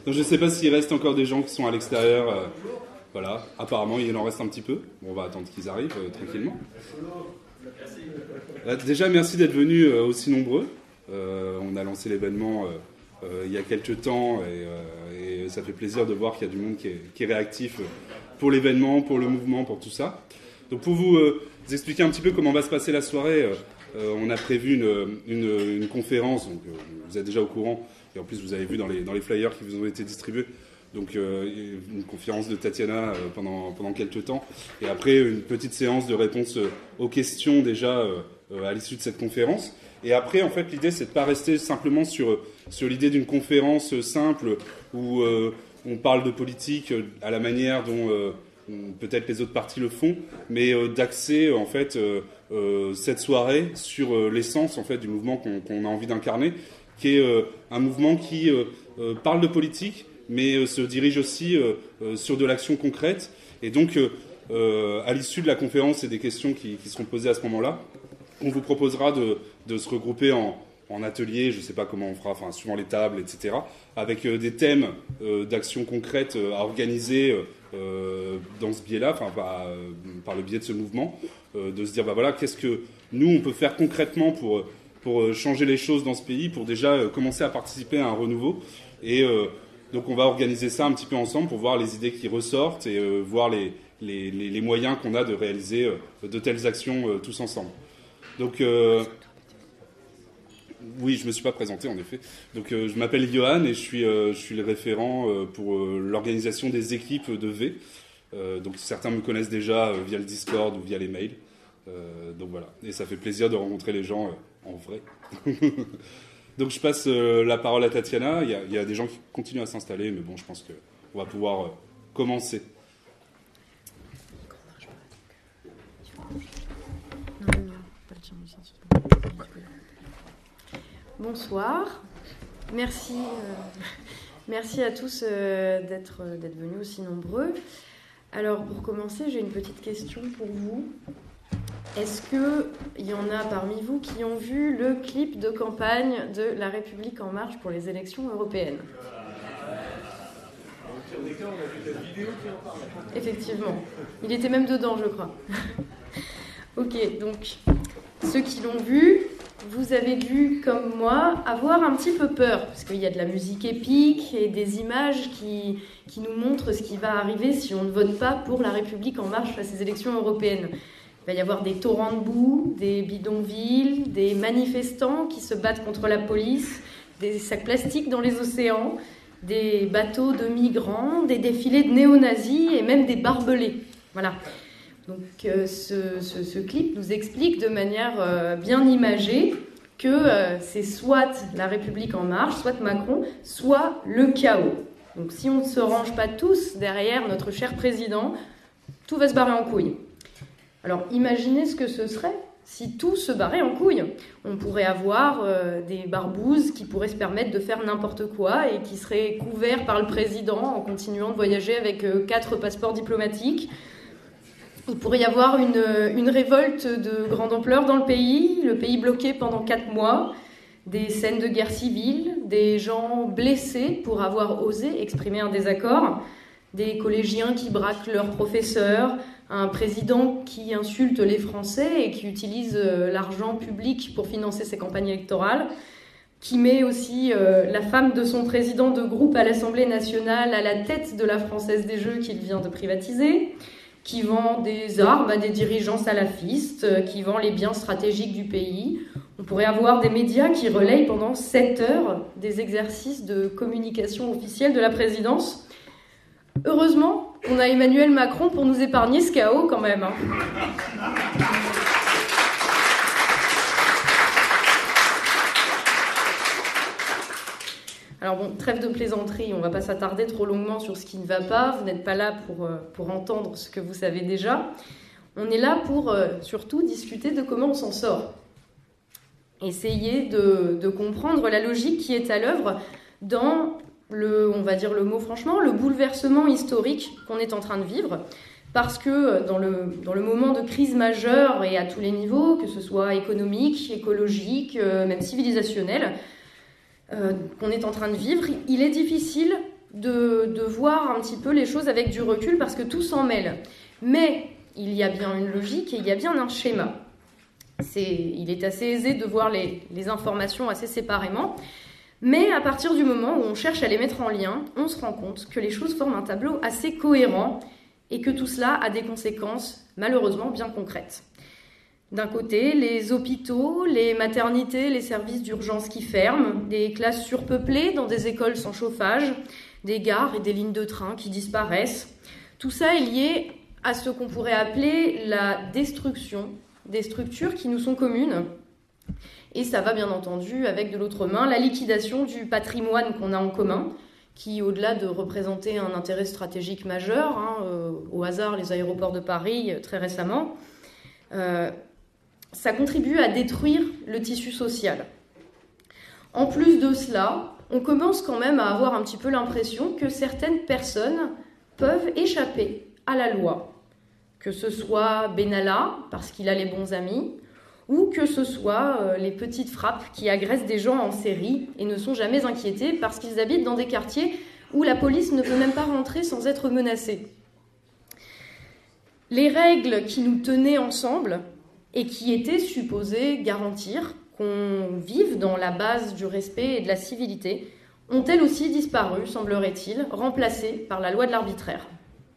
Donc je ne sais pas s'il reste encore des gens qui sont à l'extérieur. Voilà, apparemment il en reste un petit peu. Bon, on va attendre qu'ils arrivent tranquillement. Déjà, merci d'être venus aussi nombreux. On a lancé l'événement il y a quelques temps et ça fait plaisir de voir qu'il y a du monde qui est réactif pour l'événement, pour le mouvement, pour tout ça. Donc pour vous expliquer un petit peu comment va se passer la soirée, on a prévu une conférence, donc vous êtes déjà au courant, et en plus vous avez vu dans les flyers qui vous ont été distribués, donc une conférence de Tatiana pendant quelques temps, et après une petite séance de réponse aux questions déjà à l'issue de cette conférence. Et après, en fait, l'idée, c'est de ne pas rester simplement sur l'idée d'une conférence simple où on parle de politique à la manière dont peut-être les autres partis le font, mais d'axer, en fait, cette soirée sur l'essence, en fait, du mouvement qu'on a envie d'incarner, qui est un mouvement qui parle de politique, mais se dirige aussi sur de l'action concrète. Et donc, à l'issue de la conférence et des questions qui seront posées à ce moment-là, on vous proposera de se regrouper en atelier, je ne sais pas comment on fera, enfin, suivant les tables, etc., avec des thèmes d'actions concrètes à organiser dans ce biais-là, enfin, par le biais de ce mouvement, de se dire, bah voilà, qu'est-ce que nous, on peut faire concrètement pour changer les choses dans ce pays, pour déjà commencer à participer à un renouveau. Et donc, on va organiser ça un petit peu ensemble pour voir les idées qui ressortent et voir les moyens qu'on a de réaliser de telles actions tous ensemble. Donc, oui, je ne me suis pas présenté, en effet. Donc, je m'appelle Johan et je suis le référent pour l'organisation des équipes de V. Donc, certains me connaissent déjà via le Discord ou via les mails. Donc, voilà. Et ça fait plaisir de rencontrer les gens en vrai. Donc, je passe la parole à Tatiana. Il y a des gens qui continuent à s'installer, mais bon, je pense qu'on va pouvoir commencer. Bonsoir, merci à tous d'être venus aussi nombreux. Alors pour commencer, j'ai une petite question pour vous. Est-ce qu'il y en a parmi vous qui ont vu le clip de campagne de La République En Marche pour les élections européennes ? Effectivement, il était même dedans, je crois. Ok, donc ceux qui l'ont vu, vous avez dû, comme moi, avoir un petit peu peur, parce qu'il y a de la musique épique et des images qui nous montrent ce qui va arriver si on ne vote pas pour La République En Marche à ces élections européennes. Il va y avoir des torrents de boue, des bidonvilles, des manifestants qui se battent contre la police, des sacs plastiques dans les océans, des bateaux de migrants, des défilés de néo-nazis et même des barbelés. Voilà. Donc ce clip nous explique de manière bien imagée que c'est soit La République En Marche, soit Macron, soit le chaos. Donc si on ne se range pas tous derrière notre cher président, tout va se barrer en couille. Alors imaginez ce que ce serait si tout se barrait en couille. On pourrait avoir des barbouzes qui pourraient se permettre de faire n'importe quoi et qui seraient couverts par le président en continuant de voyager avec 4 passeports diplomatiques. Il pourrait y avoir une révolte de grande ampleur dans le pays bloqué pendant 4 mois, des scènes de guerre civile, des gens blessés pour avoir osé exprimer un désaccord, des collégiens qui braquent leurs professeurs, un président qui insulte les Français et qui utilise l'argent public pour financer ses campagnes électorales, qui met aussi la femme de son président de groupe à l'Assemblée nationale à la tête de la Française des Jeux qu'il vient de privatiser, qui vend des armes à des dirigeants salafistes, qui vend les biens stratégiques du pays. On pourrait avoir des médias qui relayent pendant 7 heures des exercices de communication officielle de la présidence. Heureusement, on a Emmanuel Macron pour nous épargner ce chaos quand même. Alors bon, trêve de plaisanterie, on ne va pas s'attarder trop longuement sur ce qui ne va pas, vous n'êtes pas là pour entendre ce que vous savez déjà. On est là pour surtout discuter de comment on s'en sort. Essayer de comprendre la logique qui est à l'œuvre dans on va dire le mot franchement, le bouleversement historique qu'on est en train de vivre. Parce que dans le moment de crise majeure et à tous les niveaux, que ce soit économique, écologique, même civilisationnel, qu'on est en train de vivre, il est difficile de voir un petit peu les choses avec du recul parce que tout s'en mêle. Mais il y a bien une logique et il y a bien un schéma. Il est assez aisé de voir les informations assez séparément. Mais à partir du moment où on cherche à les mettre en lien, on se rend compte que les choses forment un tableau assez cohérent et que tout cela a des conséquences malheureusement bien concrètes. D'un côté, les hôpitaux, les maternités, les services d'urgence qui ferment, des classes surpeuplées dans des écoles sans chauffage, des gares et des lignes de train qui disparaissent. Tout ça est lié à ce qu'on pourrait appeler la destruction des structures qui nous sont communes. Et ça va bien entendu avec de l'autre main la liquidation du patrimoine qu'on a en commun, qui au-delà de représenter un intérêt stratégique majeur, au hasard les aéroports de Paris très récemment, ça contribue à détruire le tissu social. En plus de cela, on commence quand même à avoir un petit peu l'impression que certaines personnes peuvent échapper à la loi, que ce soit Benalla, parce qu'il a les bons amis, ou que ce soit les petites frappes qui agressent des gens en série et ne sont jamais inquiétés parce qu'ils habitent dans des quartiers où la police ne peut même pas rentrer sans être menacée. Les règles qui nous tenaient ensemble et qui étaient supposées garantir qu'on vive dans la base du respect et de la civilité ont elles aussi disparu, semblerait-il, remplacées par la loi de l'arbitraire.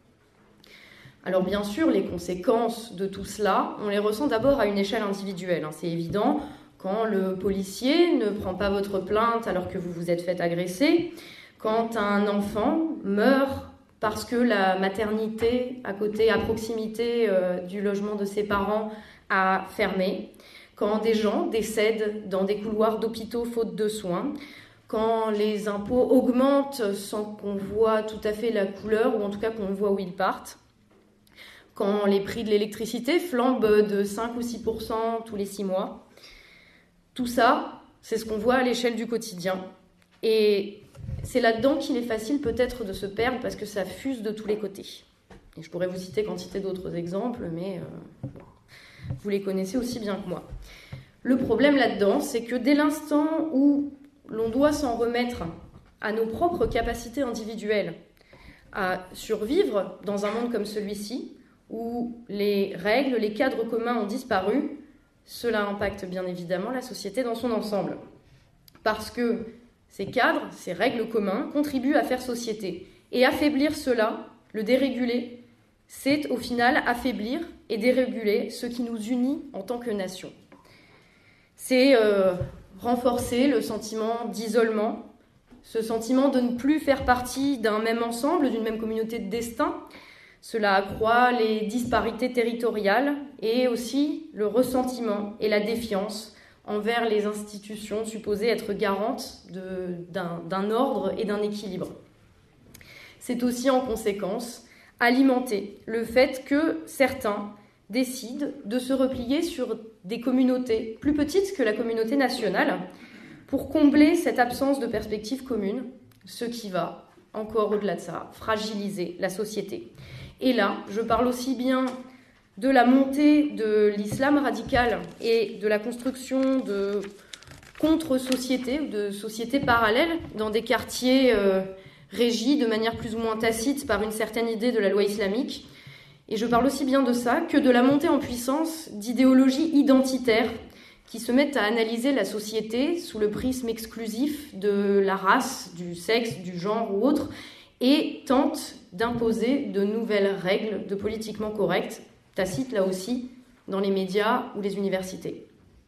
Alors bien sûr, les conséquences de tout cela, on les ressent d'abord à une échelle individuelle. C'est évident, quand le policier ne prend pas votre plainte alors que vous vous êtes fait agresser, quand un enfant meurt parce que la maternité à proximité du logement de ses parents a fermé, quand des gens décèdent dans des couloirs d'hôpitaux faute de soins, quand les impôts augmentent sans qu'on voit tout à fait la couleur, ou en tout cas qu'on voit où ils partent, quand les prix de l'électricité flambent de 5 ou 6% tous les 6 mois. Tout ça, c'est ce qu'on voit à l'échelle du quotidien. Et c'est là-dedans qu'il est facile peut-être de se perdre parce que ça fuse de tous les côtés. Et je pourrais vous citer quantité d'autres exemples, mais vous les connaissez aussi bien que moi. Le problème là-dedans, c'est que dès l'instant où l'on doit s'en remettre à nos propres capacités individuelles à survivre dans un monde comme celui-ci, où les règles, les cadres communs ont disparu, cela impacte bien évidemment la société dans son ensemble. Parce que ces cadres, ces règles communs contribuent à faire société. Et affaiblir cela, le déréguler, c'est au final affaiblir et déréguler ce qui nous unit en tant que nation. C'est renforcer le sentiment d'isolement, ce sentiment de ne plus faire partie d'un même ensemble, d'une même communauté de destin. Cela accroît les disparités territoriales et aussi le ressentiment et la défiance envers les institutions supposées être garantes d'un ordre et d'un équilibre. C'est aussi en conséquence alimenter le fait que certains décident de se replier sur des communautés plus petites que la communauté nationale pour combler cette absence de perspective commune, ce qui va, encore au-delà de ça, fragiliser la société. Et là, je parle aussi bien de la montée de l'islam radical et de la construction de contre-sociétés, de sociétés parallèles dans des quartiers régis de manière plus ou moins tacite par une certaine idée de la loi islamique. Et je parle aussi bien de ça que de la montée en puissance d'idéologies identitaires qui se mettent à analyser la société sous le prisme exclusif de la race, du sexe, du genre ou autre, et tentent d'imposer de nouvelles règles de politiquement correct, tacites là aussi, dans les médias ou les universités.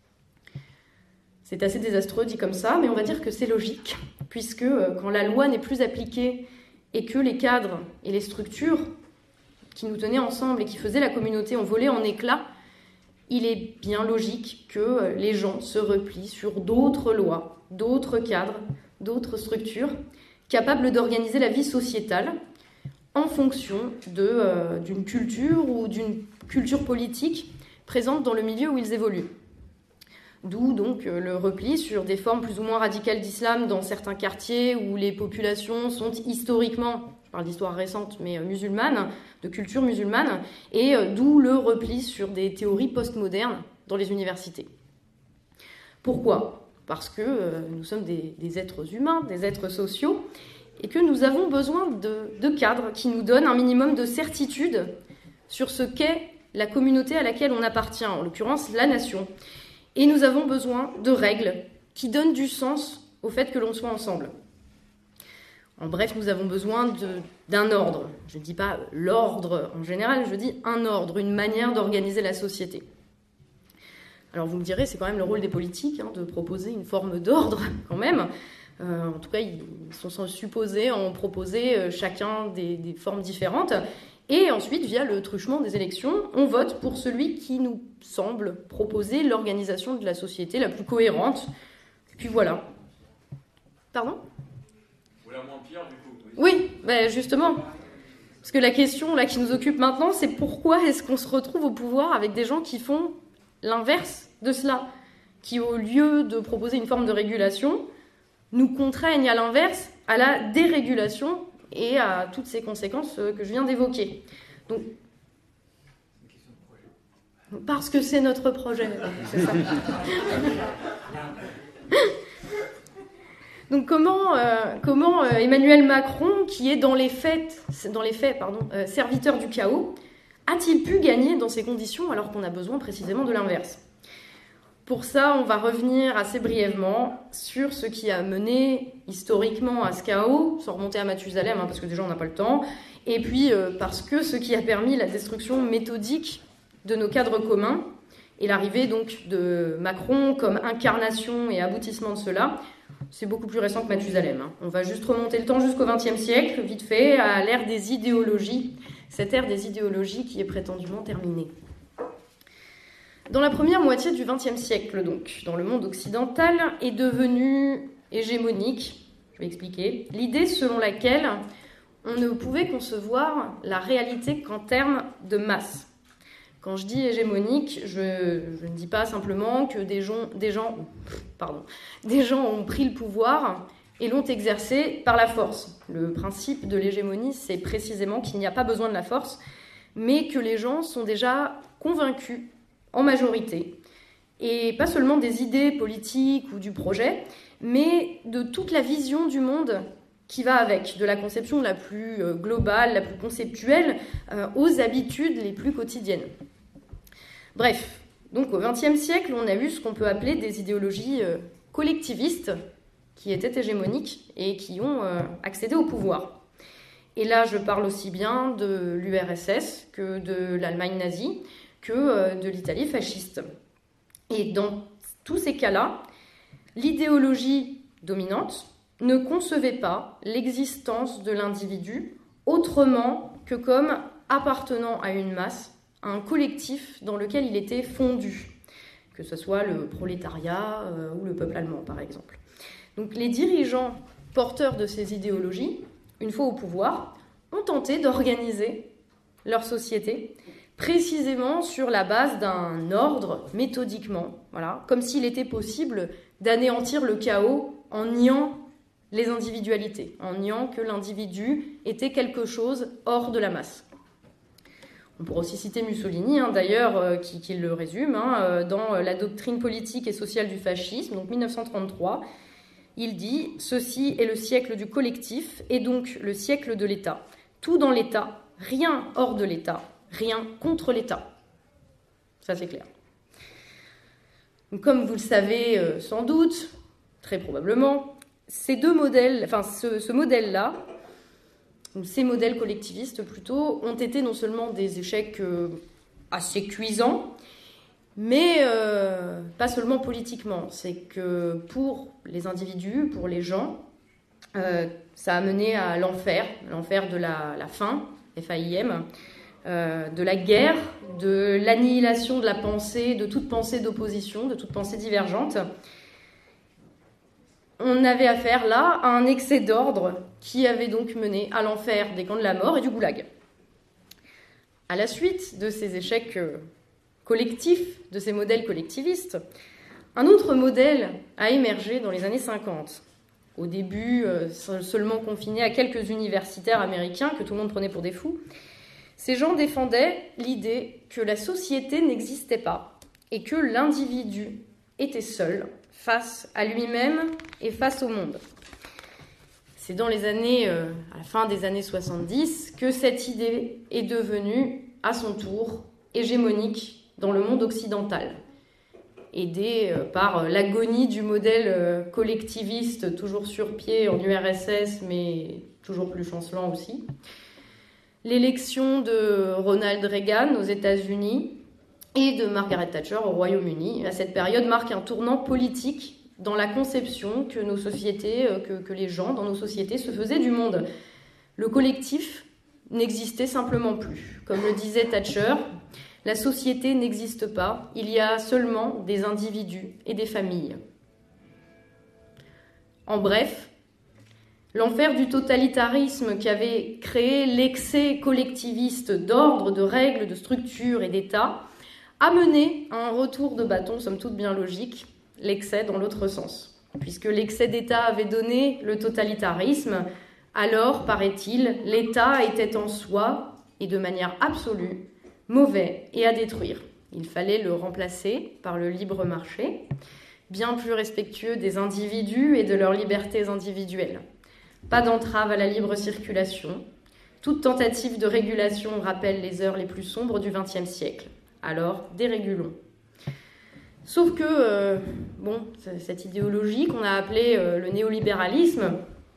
C'est assez désastreux dit comme ça, mais on va dire que c'est logique, puisque quand la loi n'est plus appliquée et que les cadres et les structures qui nous tenaient ensemble et qui faisaient la communauté ont volé en éclats, il est bien logique que les gens se replient sur d'autres lois, d'autres cadres, d'autres structures, capables d'organiser la vie sociétale en fonction d'une culture ou d'une culture politique présente dans le milieu où ils évoluent. D'où donc le repli sur des formes plus ou moins radicales d'islam dans certains quartiers où les populations sont historiquement, je parle d'histoire récente, mais musulmanes, de culture musulmane, et d'où le repli sur des théories postmodernes dans les universités. Pourquoi ? Parce que nous sommes des êtres humains, des êtres sociaux, et que nous avons besoin de cadres qui nous donnent un minimum de certitude sur ce qu'est la communauté à laquelle on appartient, en l'occurrence la nation. Et nous avons besoin de règles qui donnent du sens au fait que l'on soit ensemble. En bref, nous avons besoin d'un ordre. Je ne dis pas l'ordre en général, je dis un ordre, une manière d'organiser la société. Alors vous me direz, c'est quand même le rôle des politiques de proposer une forme d'ordre quand même. En tout cas, ils sont supposés en proposer chacun des formes différentes. Et ensuite, via le truchement des élections, on vote pour celui qui nous semble proposer l'organisation de la société la plus cohérente. Et puis voilà. Pardon ? Ou la moins pire, du coup. Oui, ben justement. Parce que la question là, qui nous occupe maintenant, c'est pourquoi est-ce qu'on se retrouve au pouvoir avec des gens qui font l'inverse de cela, qui, au lieu de proposer une forme de régulation, nous contraignent à l'inverse à la dérégulation et à toutes ces conséquences que je viens d'évoquer. Donc, parce que c'est notre projet, c'est ça. Donc comment Emmanuel Macron, qui est dans les faits, serviteur du chaos, a-t-il pu gagner dans ces conditions alors qu'on a besoin précisément de l'inverse ? Pour ça, on va revenir assez brièvement sur ce qui a mené historiquement à ce chaos, sans remonter à Mathusalem, parce que déjà on n'a pas le temps, et puis parce que ce qui a permis la destruction méthodique de nos cadres communs, et l'arrivée donc de Macron comme incarnation et aboutissement de cela, c'est beaucoup plus récent que Mathusalem. On va juste remonter le temps jusqu'au XXe siècle, vite fait, à l'ère des idéologies, cette ère des idéologies qui est prétendument terminée. Dans la première moitié du XXe siècle, donc, dans le monde occidental, est devenue hégémonique, je vais expliquer, l'idée selon laquelle on ne pouvait concevoir la réalité qu'en termes de masse. Quand je dis hégémonique, je ne dis pas simplement que des gens ont pris le pouvoir et l'ont exercé par la force. Le principe de l'hégémonie, c'est précisément qu'il n'y a pas besoin de la force, mais que les gens sont déjà convaincus en majorité, et pas seulement des idées politiques ou du projet, mais de toute la vision du monde qui va avec, de la conception la plus globale, la plus conceptuelle, aux habitudes les plus quotidiennes. Bref, donc au XXe siècle, on a eu ce qu'on peut appeler des idéologies collectivistes qui étaient hégémoniques et qui ont accédé au pouvoir. Et là, je parle aussi bien de l'URSS que de l'Allemagne nazie, que de l'Italie fasciste. Et dans tous ces cas-là, l'idéologie dominante ne concevait pas l'existence de l'individu autrement que comme appartenant à une masse, à un collectif dans lequel il était fondu, que ce soit le prolétariat ou le peuple allemand, par exemple. Donc les dirigeants porteurs de ces idéologies, une fois au pouvoir, ont tenté d'organiser leur société précisément sur la base d'un ordre, méthodiquement, voilà, comme s'il était possible d'anéantir le chaos en niant les individualités, en niant que l'individu était quelque chose hors de la masse. On pourrait aussi citer Mussolini, d'ailleurs, qui le résume, dans La doctrine politique et sociale du fascisme, donc 1933. Il dit « Ceci est le siècle du collectif et donc le siècle de l'État. Tout dans l'État, rien hors de l'État. Rien contre l'État. » Ça, c'est clair. Donc, comme vous le savez sans doute, très probablement, ces deux modèles, ce modèle-là, ou ces modèles collectivistes plutôt, ont été non seulement des échecs assez cuisants, mais pas seulement politiquement. C'est que pour les individus, pour les gens, ça a mené à l'enfer de la faim, F-A-I-M, de la guerre, de l'annihilation de la pensée, de toute pensée d'opposition, de toute pensée divergente. On avait affaire là à un excès d'ordre qui avait donc mené à l'enfer des camps de la mort et du goulag. À la suite de ces échecs collectifs, de ces modèles collectivistes, un autre modèle a émergé dans les années 50. Au début, seulement confiné à quelques universitaires américains que tout le monde prenait pour des fous. Ces gens défendaient l'idée que la société n'existait pas et que l'individu était seul face à lui-même et face au monde. c'est dans les années, à la fin des années 70, que cette idée est devenue, à son tour, hégémonique dans le monde occidental, aidée par l'agonie du modèle collectiviste, toujours sur pied en URSS, mais toujours plus chancelant aussi. L'élection de Ronald Reagan aux États-Unis et de Margaret Thatcher au Royaume-Uni, à cette période, marque un tournant politique dans la conception que nos sociétés, que les gens dans nos sociétés se faisaient du monde. Le collectif n'existait simplement plus. Comme le disait Thatcher, la société n'existe pas, il y a seulement des individus et des familles. En bref, l'enfer du totalitarisme qui avait créé l'excès collectiviste d'ordre, de règles, de structures et d'État a mené à un retour de bâton, somme toute bien logique, l'excès dans l'autre sens. Puisque l'excès d'État avait donné le totalitarisme, alors, paraît-il, l'État était en soi, et de manière absolue, mauvais et à détruire. Il fallait le remplacer par le libre marché, bien plus respectueux des individus et de leurs libertés individuelles. Pas d'entrave à la libre circulation. Toute tentative de régulation rappelle les heures les plus sombres du XXe siècle. Alors, dérégulons. Sauf que, cette idéologie qu'on a appelée le néolibéralisme,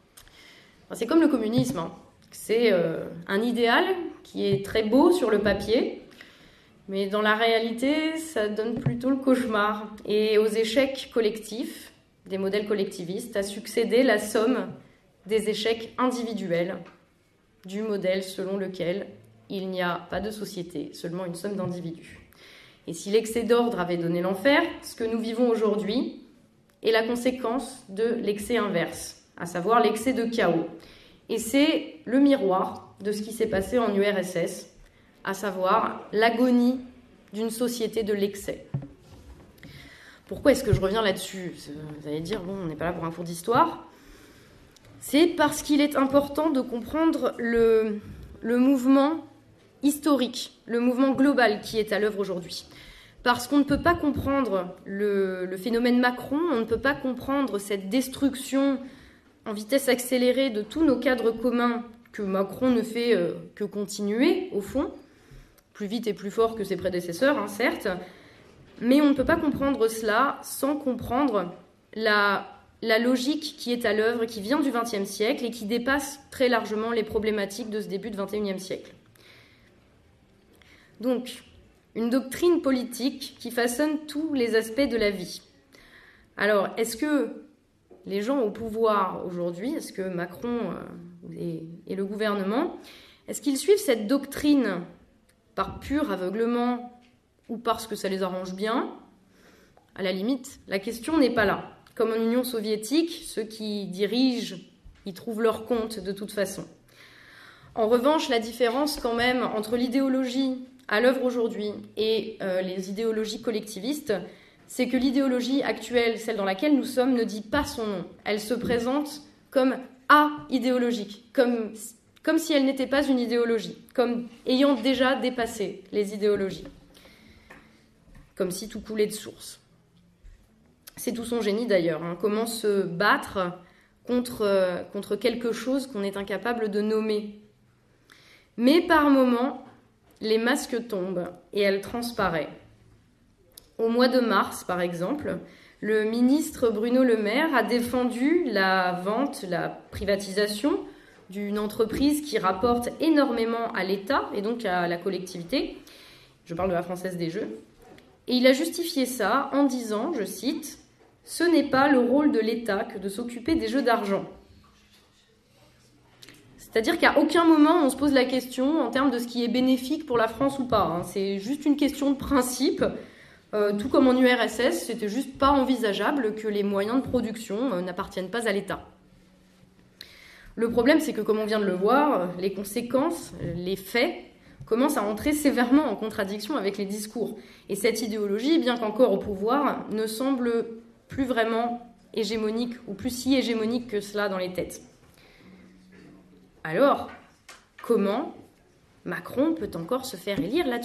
c'est comme le communisme. C'est un idéal qui est très beau sur le papier, mais dans la réalité, ça donne plutôt le cauchemar. Et aux échecs collectifs, des modèles collectivistes, a succédé la somme des échecs individuels du modèle selon lequel il n'y a pas de société, seulement une somme d'individus. Et si l'excès d'ordre avait donné l'enfer, ce que nous vivons aujourd'hui est la conséquence de l'excès inverse, à savoir l'excès de chaos. Et c'est le miroir de ce qui s'est passé en URSS, à savoir l'agonie d'une société de l'excès. Pourquoi est-ce que je reviens là-dessus ? Vous allez dire, on n'est pas là pour un cours d'histoire. C'est parce qu'il est important de comprendre le mouvement historique, le mouvement global qui est à l'œuvre aujourd'hui. Parce qu'on ne peut pas comprendre le phénomène Macron, on ne peut pas comprendre cette destruction en vitesse accélérée de tous nos cadres communs que Macron ne fait que continuer, au fond, plus vite et plus fort que ses prédécesseurs, certes, mais on ne peut pas comprendre cela sans comprendre la logique qui est à l'œuvre, qui vient du XXe siècle et qui dépasse très largement les problématiques de ce début du XXIe siècle. Donc, une doctrine politique qui façonne tous les aspects de la vie. Alors, est-ce que les gens au pouvoir aujourd'hui, est-ce que Macron et le gouvernement, est-ce qu'ils suivent cette doctrine par pur aveuglement ou parce que ça les arrange bien ? À la limite, la question n'est pas là. Comme en Union soviétique, ceux qui dirigent, ils trouvent leur compte de toute façon. En revanche, la différence quand même entre l'idéologie à l'œuvre aujourd'hui et les idéologies collectivistes, c'est que l'idéologie actuelle, celle dans laquelle nous sommes, ne dit pas son nom. Elle se présente comme a-idéologique, comme si elle n'était pas une idéologie, comme ayant déjà dépassé les idéologies, comme si tout coulait de source. C'est tout son génie d'ailleurs, comment se battre contre quelque chose qu'on est incapable de nommer. Mais par moments, les masques tombent et elle transparaît. Au mois de mars, par exemple, le ministre Bruno Le Maire a défendu la vente, la privatisation d'une entreprise qui rapporte énormément à l'État et donc à la collectivité. Je parle de la Française des Jeux. Et il a justifié ça en disant, je cite, « Ce n'est pas le rôle de l'État que de s'occuper des jeux d'argent. » C'est-à-dire qu'à aucun moment on se pose la question en termes de ce qui est bénéfique pour la France ou pas. C'est juste une question de principe. Tout comme en URSS, c'était juste pas envisageable que les moyens de production n'appartiennent pas à l'État. Le problème, c'est que, comme on vient de le voir, les conséquences, les faits, commencent à entrer sévèrement en contradiction avec les discours. Et cette idéologie, bien qu'encore au pouvoir, ne semble plus vraiment hégémonique, ou plus si hégémonique que cela dans les têtes. Alors, comment Macron peut encore se faire élire là-dessus ?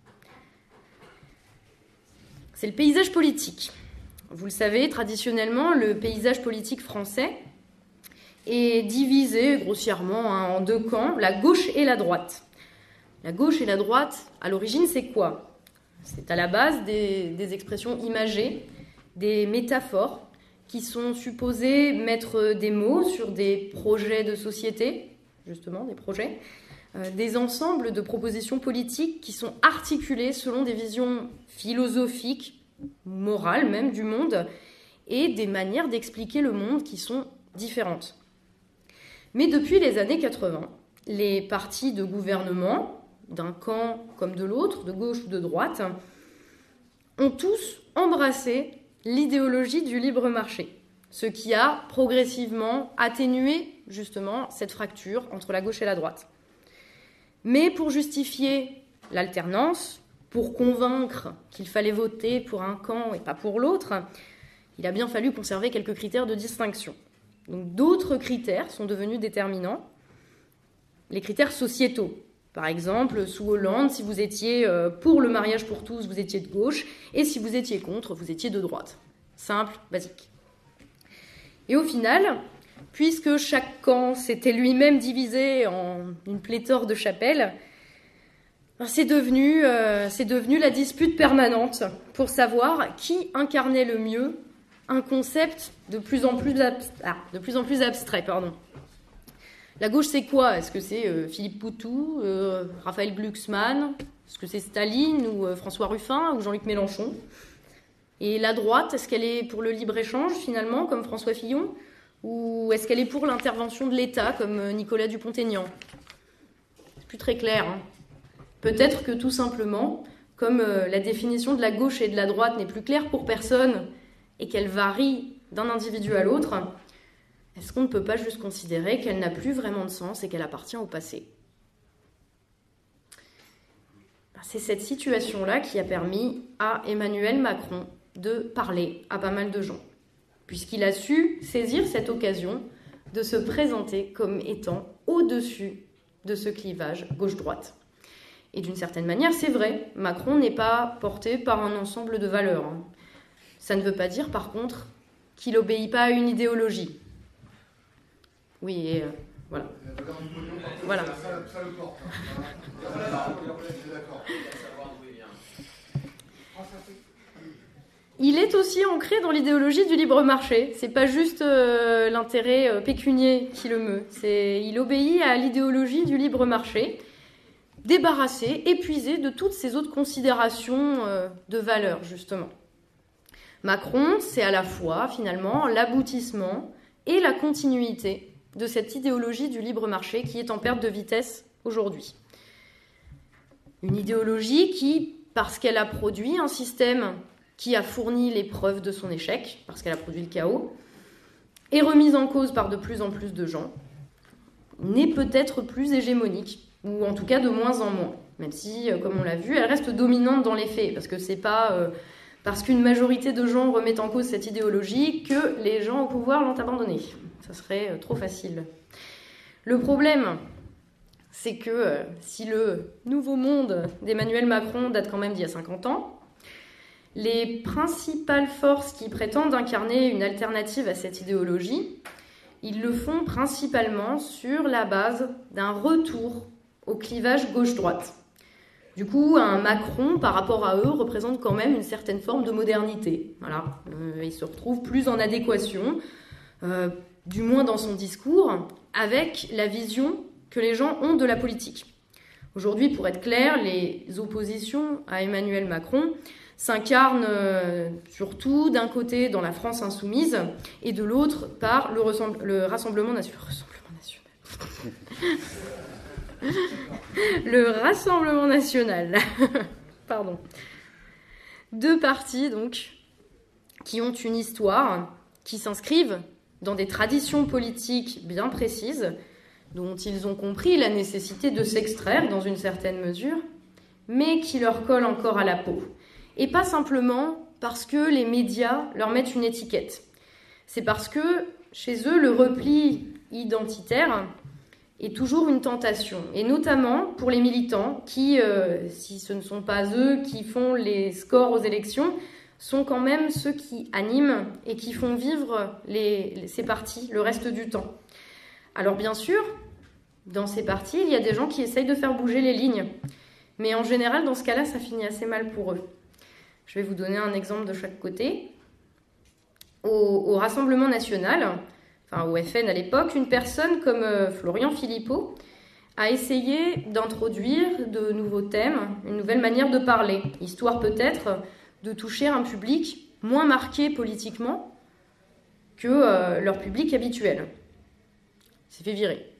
C'est le paysage politique. Vous le savez, traditionnellement, le paysage politique français est divisée grossièrement en deux camps, la gauche et la droite. La gauche et la droite, à l'origine, c'est quoi? C'est à la base des expressions imagées, des métaphores qui sont supposées mettre des mots sur des projets de société, justement, des projets, des ensembles de propositions politiques qui sont articulées selon des visions philosophiques, morales même, du monde, et des manières d'expliquer le monde qui sont différentes. Mais depuis les années 80, les partis de gouvernement, d'un camp comme de l'autre, de gauche ou de droite, ont tous embrassé l'idéologie du libre marché, ce qui a progressivement atténué justement cette fracture entre la gauche et la droite. Mais pour justifier l'alternance, pour convaincre qu'il fallait voter pour un camp et pas pour l'autre, il a bien fallu conserver quelques critères de distinction. Donc d'autres critères sont devenus déterminants, les critères sociétaux. Par exemple, sous Hollande, si vous étiez pour le mariage pour tous, vous étiez de gauche, et si vous étiez contre, vous étiez de droite. Simple, basique. Et au final, puisque chaque camp s'était lui-même divisé en une pléthore de chapelles, c'est devenu la dispute permanente pour savoir qui incarnait le mieux un concept de plus en plus abstrait. La gauche, c'est quoi? Est-ce que c'est Philippe Poutou, Raphaël Glucksmann? Est-ce que c'est Staline ou François Ruffin ou Jean-Luc Mélenchon? Et la droite, est-ce qu'elle est pour le libre-échange, finalement, comme François Fillon? Ou est-ce qu'elle est pour l'intervention de l'État, comme Nicolas Dupont-Aignan? C'est plus très clair. Peut-être que tout simplement, comme la définition de la gauche et de la droite n'est plus claire pour personne et qu'elle varie d'un individu à l'autre, est-ce qu'on ne peut pas juste considérer qu'elle n'a plus vraiment de sens et qu'elle appartient au passé? C'est cette situation-là qui a permis à Emmanuel Macron de parler à pas mal de gens, puisqu'il a su saisir cette occasion de se présenter comme étant au-dessus de ce clivage gauche-droite. Et d'une certaine manière, c'est vrai, Macron n'est pas porté par un ensemble de valeurs. Ça ne veut pas dire, par contre, qu'il n'obéit pas à une idéologie. Oui, et voilà. Voilà. Ça le porte. Il est aussi ancré dans l'idéologie du libre marché. C'est pas juste l'intérêt pécunier qui le meut. Il obéit à l'idéologie du libre marché, débarrassé, épuisé de toutes ces autres considérations de valeur, justement. Macron, c'est à la fois, finalement, l'aboutissement et la continuité de cette idéologie du libre marché qui est en perte de vitesse aujourd'hui. Une idéologie qui, parce qu'elle a produit un système qui a fourni les preuves de son échec, parce qu'elle a produit le chaos, est remise en cause par de plus en plus de gens, n'est peut-être plus hégémonique, ou en tout cas de moins en moins, même si, comme on l'a vu, elle reste dominante dans les faits, parce que c'est pas parce qu'une majorité de gens remettent en cause cette idéologie que les gens au pouvoir l'ont abandonnée. Ça serait trop facile. Le problème, c'est que si le nouveau monde d'Emmanuel Macron date quand même d'il y a 50 ans, les principales forces qui prétendent incarner une alternative à cette idéologie, ils le font principalement sur la base d'un retour au clivage gauche-droite. Du coup, un Macron, par rapport à eux, représente quand même une certaine forme de modernité. Voilà. Il se retrouve plus en adéquation, du moins dans son discours, avec la vision que les gens ont de la politique. Aujourd'hui, pour être clair, les oppositions à Emmanuel Macron s'incarnent surtout d'un côté dans la France insoumise et de l'autre par le Rassemblement national. Le Rassemblement national. Pardon. Deux partis, donc, qui ont une histoire, qui s'inscrivent dans des traditions politiques bien précises, dont ils ont compris la nécessité de s'extraire dans une certaine mesure, mais qui leur collent encore à la peau. Et pas simplement parce que les médias leur mettent une étiquette. C'est parce que, chez eux, le repli identitaire est toujours une tentation. Et notamment pour les militants qui, si ce ne sont pas eux qui font les scores aux élections, sont quand même ceux qui animent et qui font vivre ces partis le reste du temps. Alors bien sûr, dans ces partis, il y a des gens qui essayent de faire bouger les lignes. Mais en général, dans ce cas-là, ça finit assez mal pour eux. Je vais vous donner un exemple de chaque côté. Au Rassemblement national, enfin au FN à l'époque, une personne comme Florian Philippot a essayé d'introduire de nouveaux thèmes, une nouvelle manière de parler, histoire peut-être de toucher un public moins marqué politiquement que leur public habituel. Il s'est fait virer.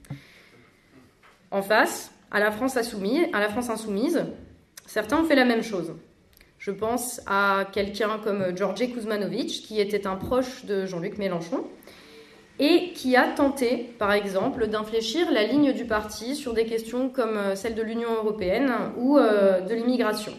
En face, à la France insoumise, certains ont fait la même chose. Je pense à quelqu'un comme Georges Kuzmanovic, qui était un proche de Jean-Luc Mélenchon, et qui a tenté, par exemple, d'infléchir la ligne du parti sur des questions comme celle de l'Union européenne ou de l'immigration.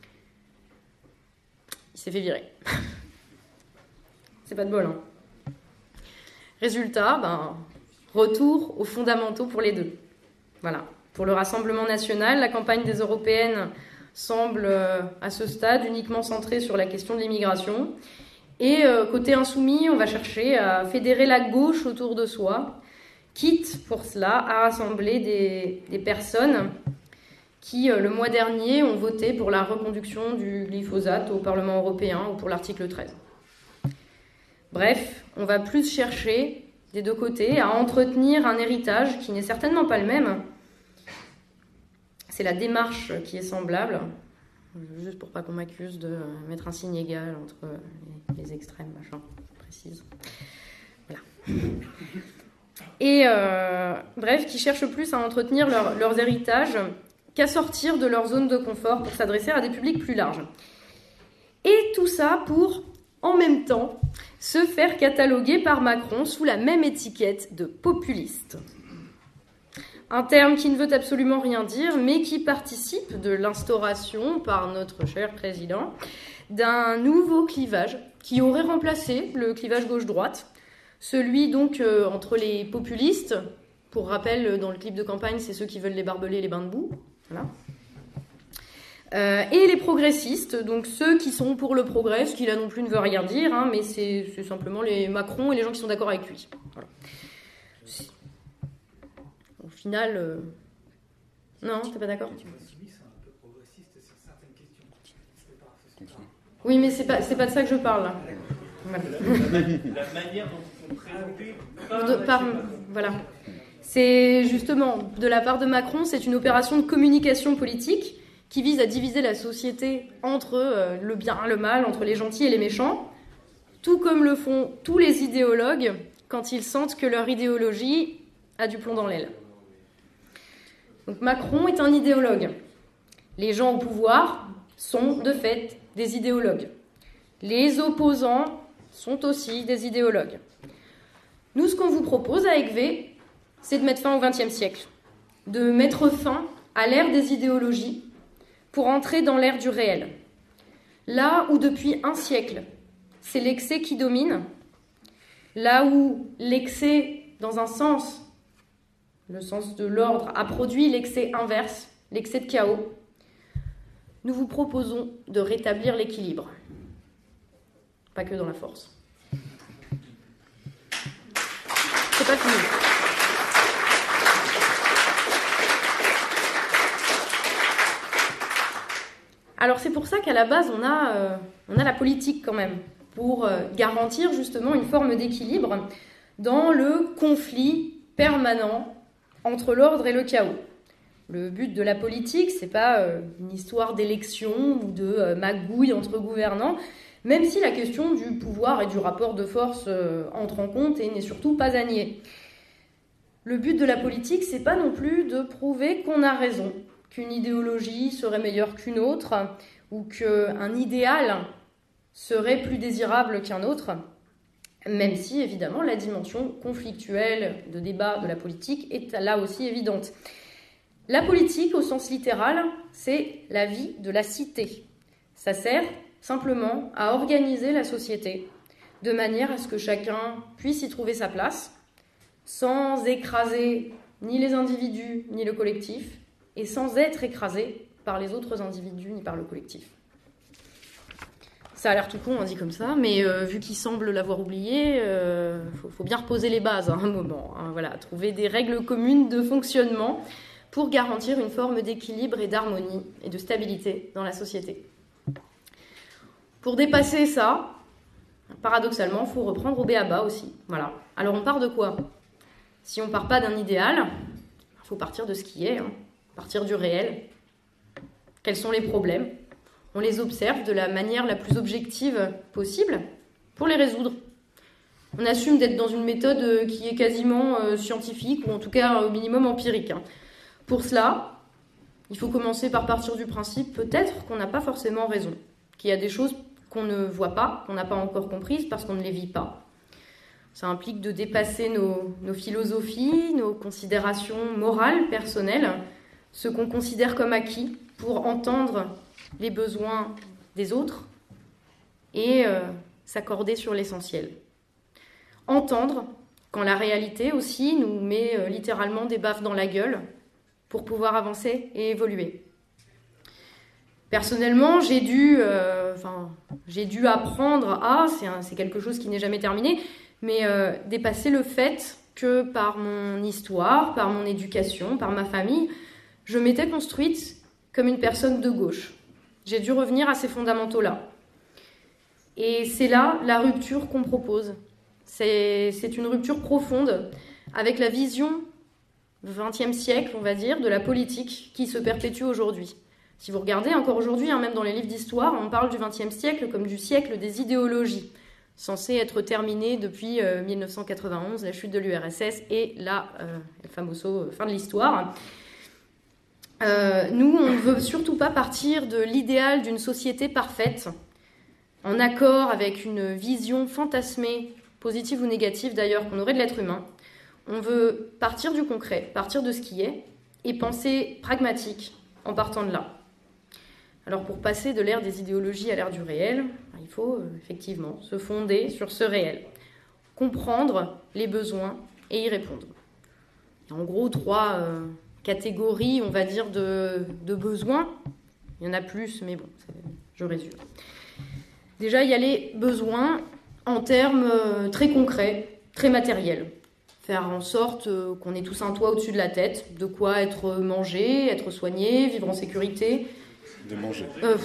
Il s'est fait virer. C'est pas de bol, hein. Résultat, retour aux fondamentaux pour les deux. Voilà. Pour le Rassemblement national, la campagne des européennes semble, à ce stade, uniquement centrée sur la question de l'immigration. Et côté insoumis, on va chercher à fédérer la gauche autour de soi, quitte pour cela à rassembler des personnes qui, le mois dernier, ont voté pour la reconduction du glyphosate au Parlement européen ou pour l'article 13. Bref, on va plus chercher, des deux côtés, à entretenir un héritage qui n'est certainement pas le même. C'est la démarche qui est semblable, juste pour pas qu'on m'accuse de mettre un signe égal entre les extrêmes, machin, précise. Voilà. Et bref, qui cherchent plus à entretenir leurs héritages qu'à sortir de leur zone de confort pour s'adresser à des publics plus larges. Et tout ça pour, en même temps, se faire cataloguer par Macron sous la même étiquette de populiste. Un terme qui ne veut absolument rien dire, mais qui participe de l'instauration par notre cher président d'un nouveau clivage qui aurait remplacé le clivage gauche-droite, celui donc entre les populistes, pour rappel, dans le clip de campagne, c'est ceux qui veulent les barbelés et les bains de boue, voilà. Et les progressistes, donc ceux qui sont pour le progrès, ce qui là non plus ne veut rien dire, hein, mais c'est simplement les Macron et les gens qui sont d'accord avec lui. Voilà. Au final, non, t'es pas d'accord ? Oui, mais c'est pas de ça que je parle là. Voilà. La manière dont on présente. Voilà. C'est justement, de la part de Macron, c'est une opération de communication politique qui vise à diviser la société entre le bien et le mal, entre les gentils et les méchants, tout comme le font tous les idéologues quand ils sentent que leur idéologie a du plomb dans l'aile. Donc Macron est un idéologue. Les gens au pouvoir sont de fait des idéologues. Les opposants sont aussi des idéologues. Nous, ce qu'on vous propose avec V, c'est de mettre fin au XXe siècle, de mettre fin à l'ère des idéologies pour entrer dans l'ère du réel. Là où depuis un siècle, c'est l'excès qui domine, là où l'excès, dans un sens, le sens de l'ordre, a produit l'excès inverse, l'excès de chaos, nous vous proposons de rétablir l'équilibre. Pas que dans la force. C'est pas fini. Alors c'est pour ça qu'à la base, on a la politique quand même, pour garantir justement une forme d'équilibre dans le conflit permanent entre l'ordre et le chaos. Le but de la politique, c'est pas une histoire d'élection ou de magouille entre gouvernants, même si la question du pouvoir et du rapport de force entre en compte et n'est surtout pas à nier. Le but de la politique, c'est pas non plus de prouver qu'on a raison, qu'une idéologie serait meilleure qu'une autre, ou qu'un idéal serait plus désirable qu'un autre, même si, évidemment, la dimension conflictuelle de débat de la politique est là aussi évidente. La politique, au sens littéral, c'est la vie de la cité. Ça sert simplement à organiser la société de manière à ce que chacun puisse y trouver sa place, sans écraser ni les individus ni le collectif, et sans être écrasé par les autres individus ni par le collectif. Ça a l'air tout con, on dit comme ça, mais vu qu'il semble l'avoir oublié, faut bien reposer les bases à un moment. Hein, voilà, trouver des règles communes de fonctionnement pour garantir une forme d'équilibre et d'harmonie et de stabilité dans la société. Pour dépasser ça, paradoxalement, il faut reprendre au b.a.-ba aussi. Voilà. Alors on part de quoi ? Si on ne part pas d'un idéal, il faut partir de ce qui est, hein, partir du réel. Quels sont les problèmes ? On les observe de la manière la plus objective possible pour les résoudre. On assume d'être dans une méthode qui est quasiment scientifique, ou en tout cas au minimum empirique. Hein. Pour cela, il faut commencer par partir du principe peut-être qu'on n'a pas forcément raison, qu'il y a des choses qu'on ne voit pas, qu'on n'a pas encore comprises parce qu'on ne les vit pas. Ça implique de dépasser nos philosophies, nos considérations morales, personnelles, ce qu'on considère comme acquis pour entendre les besoins des autres et s'accorder sur l'essentiel. Entendre quand la réalité aussi nous met littéralement des baffes dans la gueule pour pouvoir avancer et évoluer. Personnellement, j'ai dû apprendre à, c'est quelque chose qui n'est jamais terminé, mais dépasser le fait que par mon histoire, par mon éducation, par ma famille, je m'étais construite comme une personne de gauche. J'ai dû revenir à ces fondamentaux-là. Et c'est là la rupture qu'on propose. C'est une rupture profonde avec la vision du XXe siècle, on va dire, de la politique qui se perpétue aujourd'hui. Si vous regardez encore aujourd'hui, hein, même dans les livres d'histoire, on parle du XXe siècle comme du siècle des idéologies, censé être terminé depuis 1991, la chute de l'URSS et la famoso fin de l'histoire. Nous, on ne veut surtout pas partir de l'idéal d'une société parfaite, en accord avec une vision fantasmée, positive ou négative d'ailleurs, qu'on aurait de l'être humain. On veut partir du concret, partir de ce qui est, et penser pragmatique en partant de là. Alors pour passer de l'ère des idéologies à l'ère du réel, il faut effectivement se fonder sur ce réel, comprendre les besoins et y répondre. Il y a en gros 3 catégories, on va dire, de besoins. Il y en a plus, mais bon, je résume. Déjà, il y a les besoins en termes très concrets, très matériels. Faire en sorte qu'on ait tous un toit au-dessus de la tête, de quoi être mangé, être soigné, vivre en sécurité. De manger.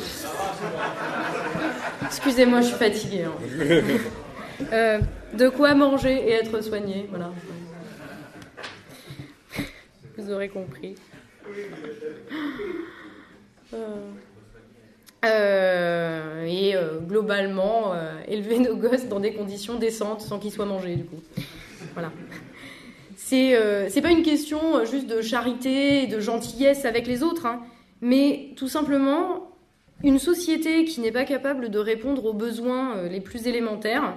Excusez-moi, je suis fatiguée. Hein. De quoi manger et être soigné, voilà. Vous aurez compris. Globalement, élever nos gosses dans des conditions décentes sans qu'ils soient mangés, du coup. Voilà. C'est pas une question juste de charité et de gentillesse avec les autres, hein, mais tout simplement une société qui n'est pas capable de répondre aux besoins les plus élémentaires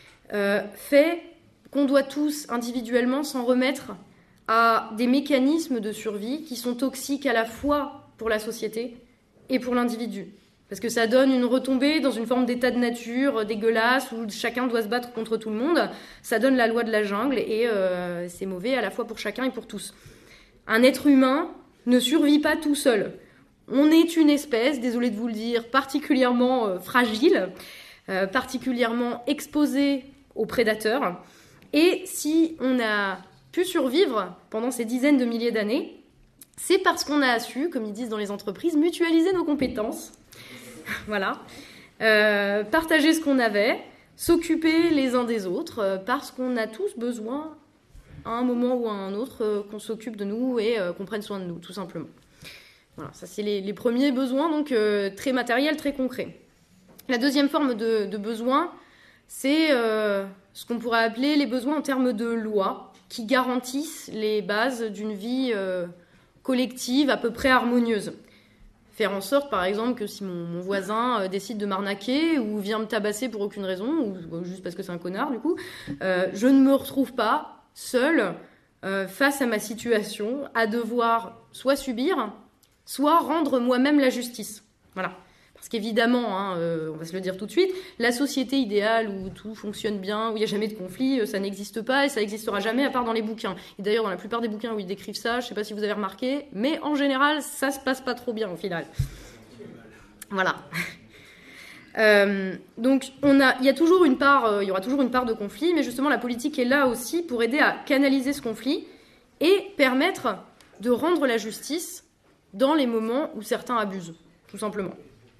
fait qu'on doit tous individuellement s'en remettre à des mécanismes de survie qui sont toxiques à la fois pour la société et pour l'individu. Parce que ça donne une retombée dans une forme d'état de nature dégueulasse où chacun doit se battre contre tout le monde. Ça donne la loi de la jungle et c'est mauvais à la fois pour chacun et pour tous. Un être humain ne survit pas tout seul. On est une espèce, désolée de vous le dire, particulièrement fragile, particulièrement exposée aux prédateurs. Et si on a pu survivre pendant ces dizaines de milliers d'années, c'est parce qu'on a su, comme ils disent dans les entreprises, mutualiser nos compétences. Voilà. Partager ce qu'on avait, s'occuper les uns des autres, parce qu'on a tous besoin, à un moment ou à un autre, qu'on s'occupe de nous et qu'on prenne soin de nous, tout simplement. Voilà, ça c'est les premiers besoins, donc très matériels, très concrets. La deuxième forme de besoin, c'est ce qu'on pourrait appeler les besoins en termes de loi, qui garantissent les bases d'une vie collective à peu près harmonieuse. Faire en sorte, par exemple, que si mon voisin décide de m'arnaquer ou vient me tabasser pour aucune raison, ou juste parce que c'est un connard, du coup, je ne me retrouve pas seule face à ma situation, à devoir soit subir, soit rendre moi-même la justice. Voilà. Parce qu'évidemment, hein, on va se le dire tout de suite, la société idéale où tout fonctionne bien, où il n'y a jamais de conflit, ça n'existe pas et ça n'existera jamais à part dans les bouquins. Et d'ailleurs, dans la plupart des bouquins où ils décrivent ça, je ne sais pas si vous avez remarqué, mais en général, ça ne se passe pas trop bien au final. Voilà. Donc il y aura toujours une part de conflit, mais justement la politique est là aussi pour aider à canaliser ce conflit et permettre de rendre la justice dans les moments où certains abusent, tout simplement.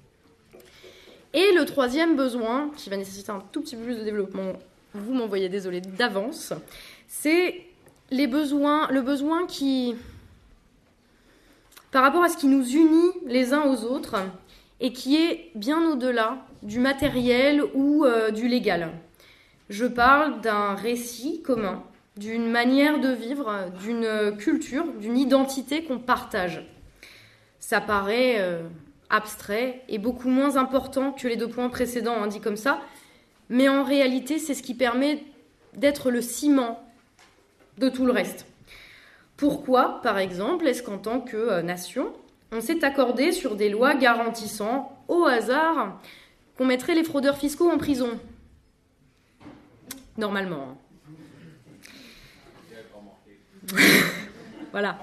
Et le troisième besoin, qui va nécessiter un tout petit peu plus de développement, vous m'envoyez désolé d'avance, c'est le besoin qui, par rapport à ce qui nous unit les uns aux autres, et qui est bien au-delà du matériel ou du légal. Je parle d'un récit commun, d'une manière de vivre, d'une culture, d'une identité qu'on partage. Ça paraît abstrait et beaucoup moins important que les 2 points précédents, dit comme ça, mais en réalité, c'est ce qui permet d'être le ciment de tout le reste. Pourquoi, par exemple, est-ce qu'en tant que nation, on s'est accordé sur des lois garantissant, au hasard, qu'on mettrait les fraudeurs fiscaux en prison? Normalement. Voilà.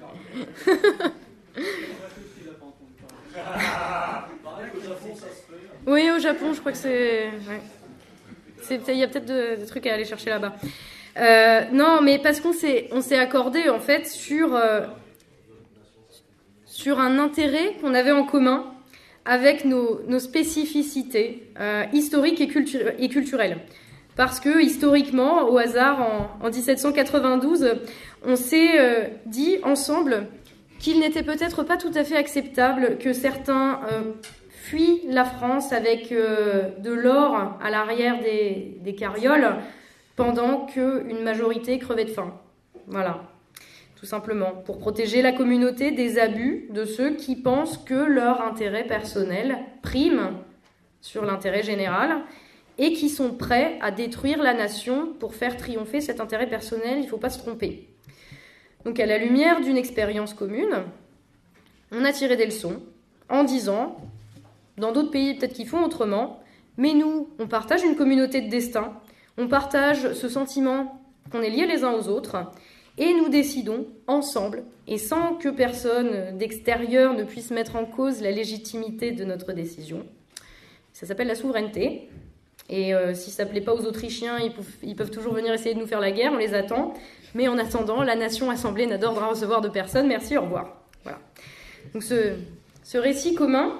Oui, au Japon, je crois que c'est... Ouais. Il y a peut-être des trucs à aller chercher là-bas. Non, mais parce qu'on s'est accordé, en fait, sur un intérêt qu'on avait en commun avec nos spécificités historiques et culturelles. Parce que, historiquement, au hasard, en 1792, on s'est dit ensemble qu'il n'était peut-être pas tout à fait acceptable que certains fuient la France avec de l'or à l'arrière des carrioles pendant qu'une majorité crevait de faim. Voilà. Tout simplement, pour protéger la communauté des abus de ceux qui pensent que leur intérêt personnel prime sur l'intérêt général et qui sont prêts à détruire la nation pour faire triompher cet intérêt personnel, il ne faut pas se tromper. Donc à la lumière d'une expérience commune, on a tiré des leçons en disant, dans d'autres pays peut-être qu'ils font autrement, mais nous, on partage une communauté de destin, on partage ce sentiment qu'on est liés les uns aux autres, et nous décidons ensemble, et sans que personne d'extérieur ne puisse mettre en cause la légitimité de notre décision. Ça s'appelle la souveraineté. Et si ça ne plaît pas aux Autrichiens, ils peuvent toujours venir essayer de nous faire la guerre, on les attend. Mais en attendant, la nation assemblée n'a d'ordre à recevoir de personne. Merci, au revoir. Voilà. Donc ce récit commun,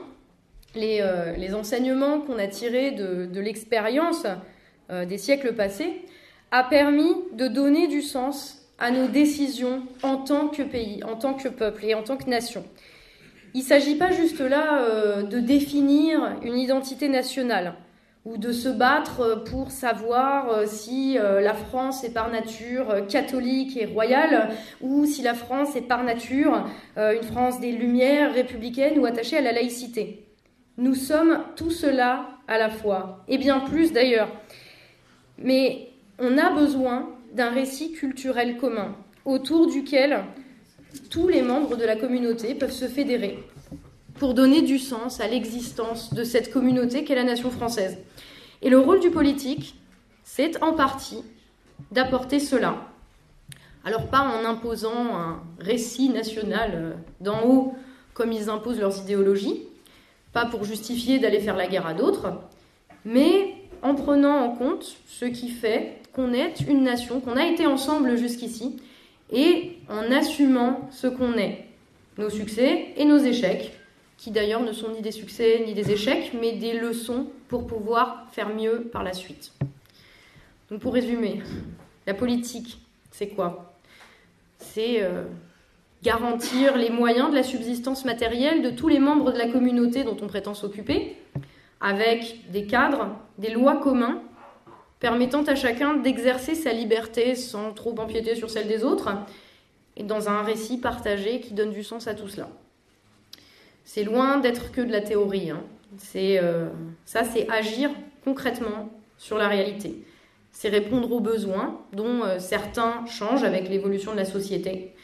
les enseignements qu'on a tirés de l'expérience des siècles passés, a permis de donner du sens à nos décisions en tant que pays, en tant que peuple et en tant que nation. Il ne s'agit pas juste là de définir une identité nationale ou de se battre pour savoir si la France est par nature catholique et royale ou si la France est par nature une France des Lumières, républicaine ou attachée à la laïcité. Nous sommes tout cela à la fois, et bien plus d'ailleurs. Mais on a besoin d'un récit culturel commun, autour duquel tous les membres de la communauté peuvent se fédérer pour donner du sens à l'existence de cette communauté qu'est la nation française. Et le rôle du politique, c'est en partie d'apporter cela. Alors pas en imposant un récit national d'en haut, comme ils imposent leurs idéologies, pas pour justifier d'aller faire la guerre à d'autres, mais en prenant en compte ce qui fait qu'on est une nation, qu'on a été ensemble jusqu'ici, et en assumant ce qu'on est, nos succès et nos échecs, qui d'ailleurs ne sont ni des succès ni des échecs, mais des leçons pour pouvoir faire mieux par la suite. Donc pour résumer, la politique, c'est quoi ? C'est garantir les moyens de la subsistance matérielle de tous les membres de la communauté dont on prétend s'occuper, avec des cadres, des lois communs, permettant à chacun d'exercer sa liberté sans trop empiéter sur celle des autres, et dans un récit partagé qui donne du sens à tout cela. C'est loin d'être que de la théorie. C'est agir concrètement sur la réalité. C'est répondre aux besoins, dont certains changent avec l'évolution de la société.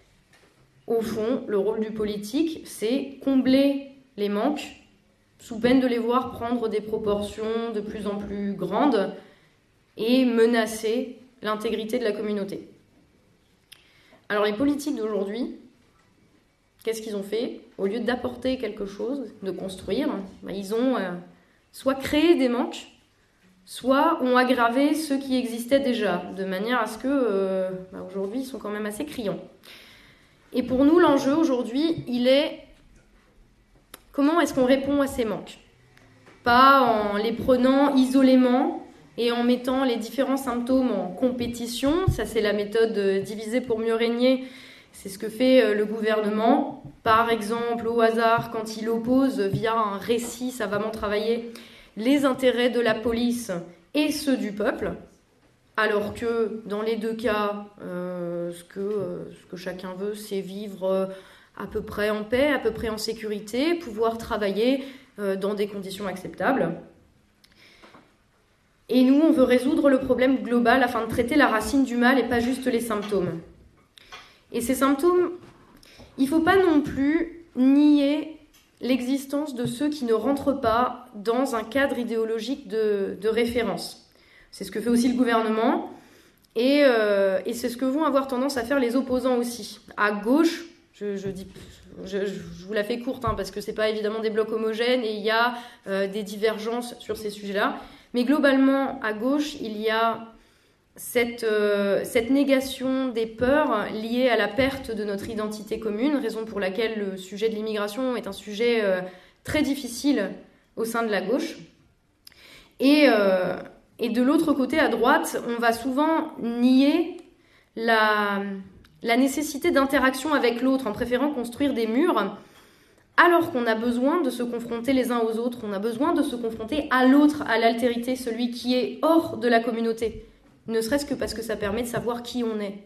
Au fond, le rôle du politique, c'est combler les manques, sous peine de les voir prendre des proportions de plus en plus grandes et menacer l'intégrité de la communauté. Alors les politiques d'aujourd'hui, qu'est-ce qu'ils ont fait ? Au lieu d'apporter quelque chose, de construire, ils ont soit créé des manques, soit ont aggravé ceux qui existaient déjà, de manière à ce que, aujourd'hui, ils sont quand même assez criants. Et pour nous, l'enjeu aujourd'hui, il est comment est-ce qu'on répond à ces manques ? Pas en les prenant isolément et en mettant les différents symptômes en compétition. Ça, c'est la méthode diviser pour mieux régner. C'est ce que fait le gouvernement. Par exemple, au hasard, quand il oppose via un récit savamment travaillé les intérêts de la police et ceux du peuple, alors que dans les deux cas, ce que chacun veut, c'est vivre à peu près en paix, à peu près en sécurité, pouvoir travailler dans des conditions acceptables. Et nous, on veut résoudre le problème global afin de traiter la racine du mal et pas juste les symptômes. Et ces symptômes, il ne faut pas non plus nier l'existence de ceux qui ne rentrent pas dans un cadre idéologique de référence. C'est ce que fait aussi le gouvernement, et c'est ce que vont avoir tendance à faire les opposants aussi. À gauche, je vous la fais courte, parce que ce n'est pas évidemment des blocs homogènes, et il y a des divergences sur ces sujets-là. Mais globalement, à gauche, il y a cette négation des peurs liées à la perte de notre identité commune, raison pour laquelle le sujet de l'immigration est un sujet très difficile au sein de la gauche. Et de l'autre côté, à droite, on va souvent nier la nécessité d'interaction avec l'autre en préférant construire des murs, alors qu'on a besoin de se confronter les uns aux autres, on a besoin de se confronter à l'autre, à l'altérité, celui qui est hors de la communauté, ne serait-ce que parce que ça permet de savoir qui on est.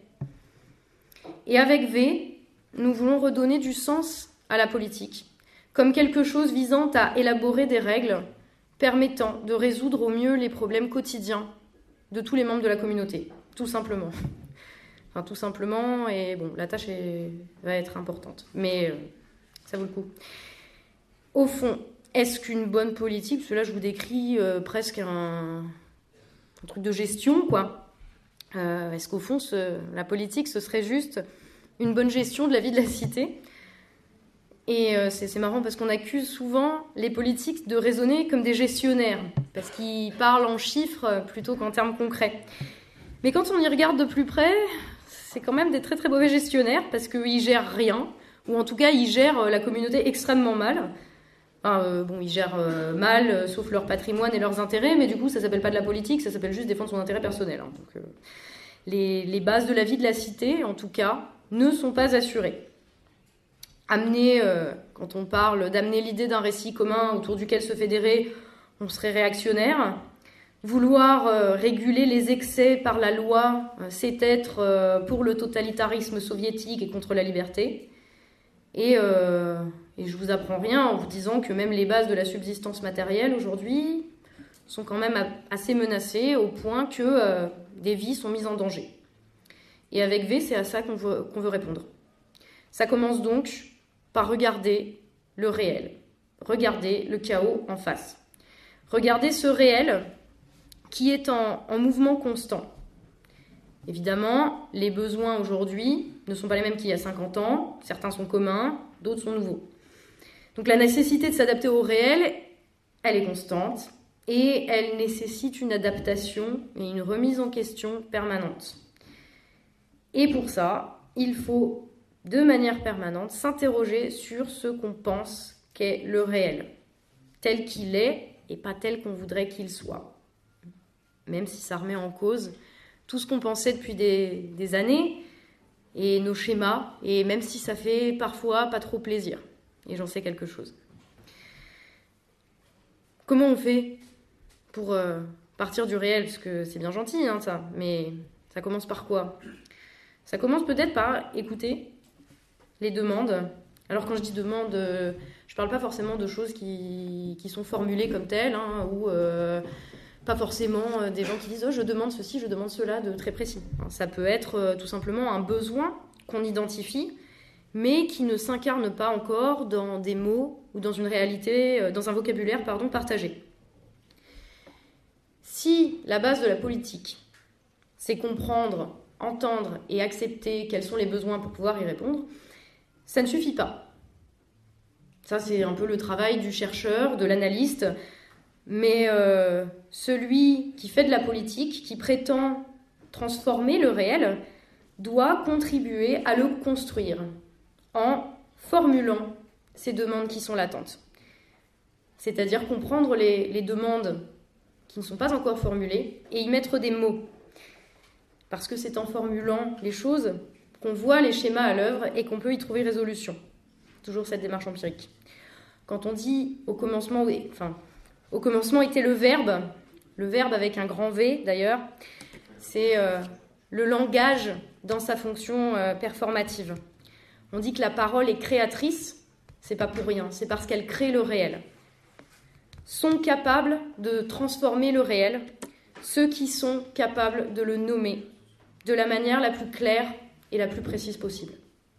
Et avec V, nous voulons redonner du sens à la politique, comme quelque chose visant à élaborer des règles permettant de résoudre au mieux les problèmes quotidiens de tous les membres de la communauté, tout simplement. Enfin, tout simplement, et bon, la tâche va être importante, mais ça vaut le coup. Au fond, est-ce qu'une bonne politique, parce que là je vous décris presque un truc de gestion, quoi. Est-ce qu'au fond, la politique, ce serait juste une bonne gestion de la vie de la cité ? Et c'est marrant parce qu'on accuse souvent les politiques de raisonner comme des gestionnaires, parce qu'ils parlent en chiffres plutôt qu'en termes concrets. Mais quand on y regarde de plus près, c'est quand même des très très mauvais gestionnaires, parce qu'ils gèrent rien, ou en tout cas ils gèrent la communauté extrêmement mal. Ils gèrent mal, sauf leur patrimoine et leurs intérêts, mais du coup ça s'appelle pas de la politique, ça s'appelle juste défendre son intérêt personnel. Donc, les bases de la vie de la cité, en tout cas, ne sont pas assurées. Quand on parle d'amener l'idée d'un récit commun autour duquel se fédérer, on serait réactionnaire. Vouloir réguler les excès par la loi, c'est être pour le totalitarisme soviétique et contre la liberté. Et je vous apprends rien en vous disant que même les bases de la subsistance matérielle aujourd'hui sont quand même assez menacées au point que des vies sont mises en danger. Et avec V, c'est à ça qu'on veut répondre. Ça commence donc par regarder le réel, regarder le chaos en face. Regarder ce réel qui est en mouvement constant. Évidemment, les besoins aujourd'hui ne sont pas les mêmes qu'il y a 50 ans, certains sont communs, d'autres sont nouveaux. Donc la nécessité de s'adapter au réel, elle est constante et elle nécessite une adaptation et une remise en question permanente. Et pour ça, il faut de manière permanente s'interroger sur ce qu'on pense qu'est le réel, tel qu'il est et pas tel qu'on voudrait qu'il soit. Même si ça remet en cause tout ce qu'on pensait depuis des années et nos schémas, et même si ça fait parfois pas trop plaisir. Et j'en sais quelque chose. Comment on fait pour partir du réel ? Parce que c'est bien gentil, ça, mais ça commence par quoi ? Ça commence peut-être par écouter les demandes. Alors quand je dis demande, je parle pas forcément de choses qui sont formulées comme telles, ou pas forcément des gens qui disent « Oh, je demande ceci, je demande cela » de très précis. Ça peut être tout simplement un besoin qu'on identifie, mais qui ne s'incarne pas encore dans des mots ou dans une réalité, dans un vocabulaire partagé. Si la base de la politique, c'est comprendre, entendre et accepter quels sont les besoins pour pouvoir y répondre, ça ne suffit pas. Ça, c'est un peu le travail du chercheur, de l'analyste. Mais celui qui fait de la politique, qui prétend transformer le réel, doit contribuer à le construire en formulant ces demandes qui sont latentes. C'est-à-dire comprendre les demandes qui ne sont pas encore formulées et y mettre des mots. Parce que c'est en formulant les choses qu'on voit les schémas à l'œuvre et qu'on peut y trouver résolution. Toujours cette démarche empirique. Quand on dit au commencement était le verbe avec un grand V d'ailleurs, c'est le langage dans sa fonction performative. On dit que la parole est créatrice, c'est pas pour rien, c'est parce qu'elle crée le réel. Sont capables de transformer le réel, ceux qui sont capables de le nommer de la manière la plus claire et la plus précise possible.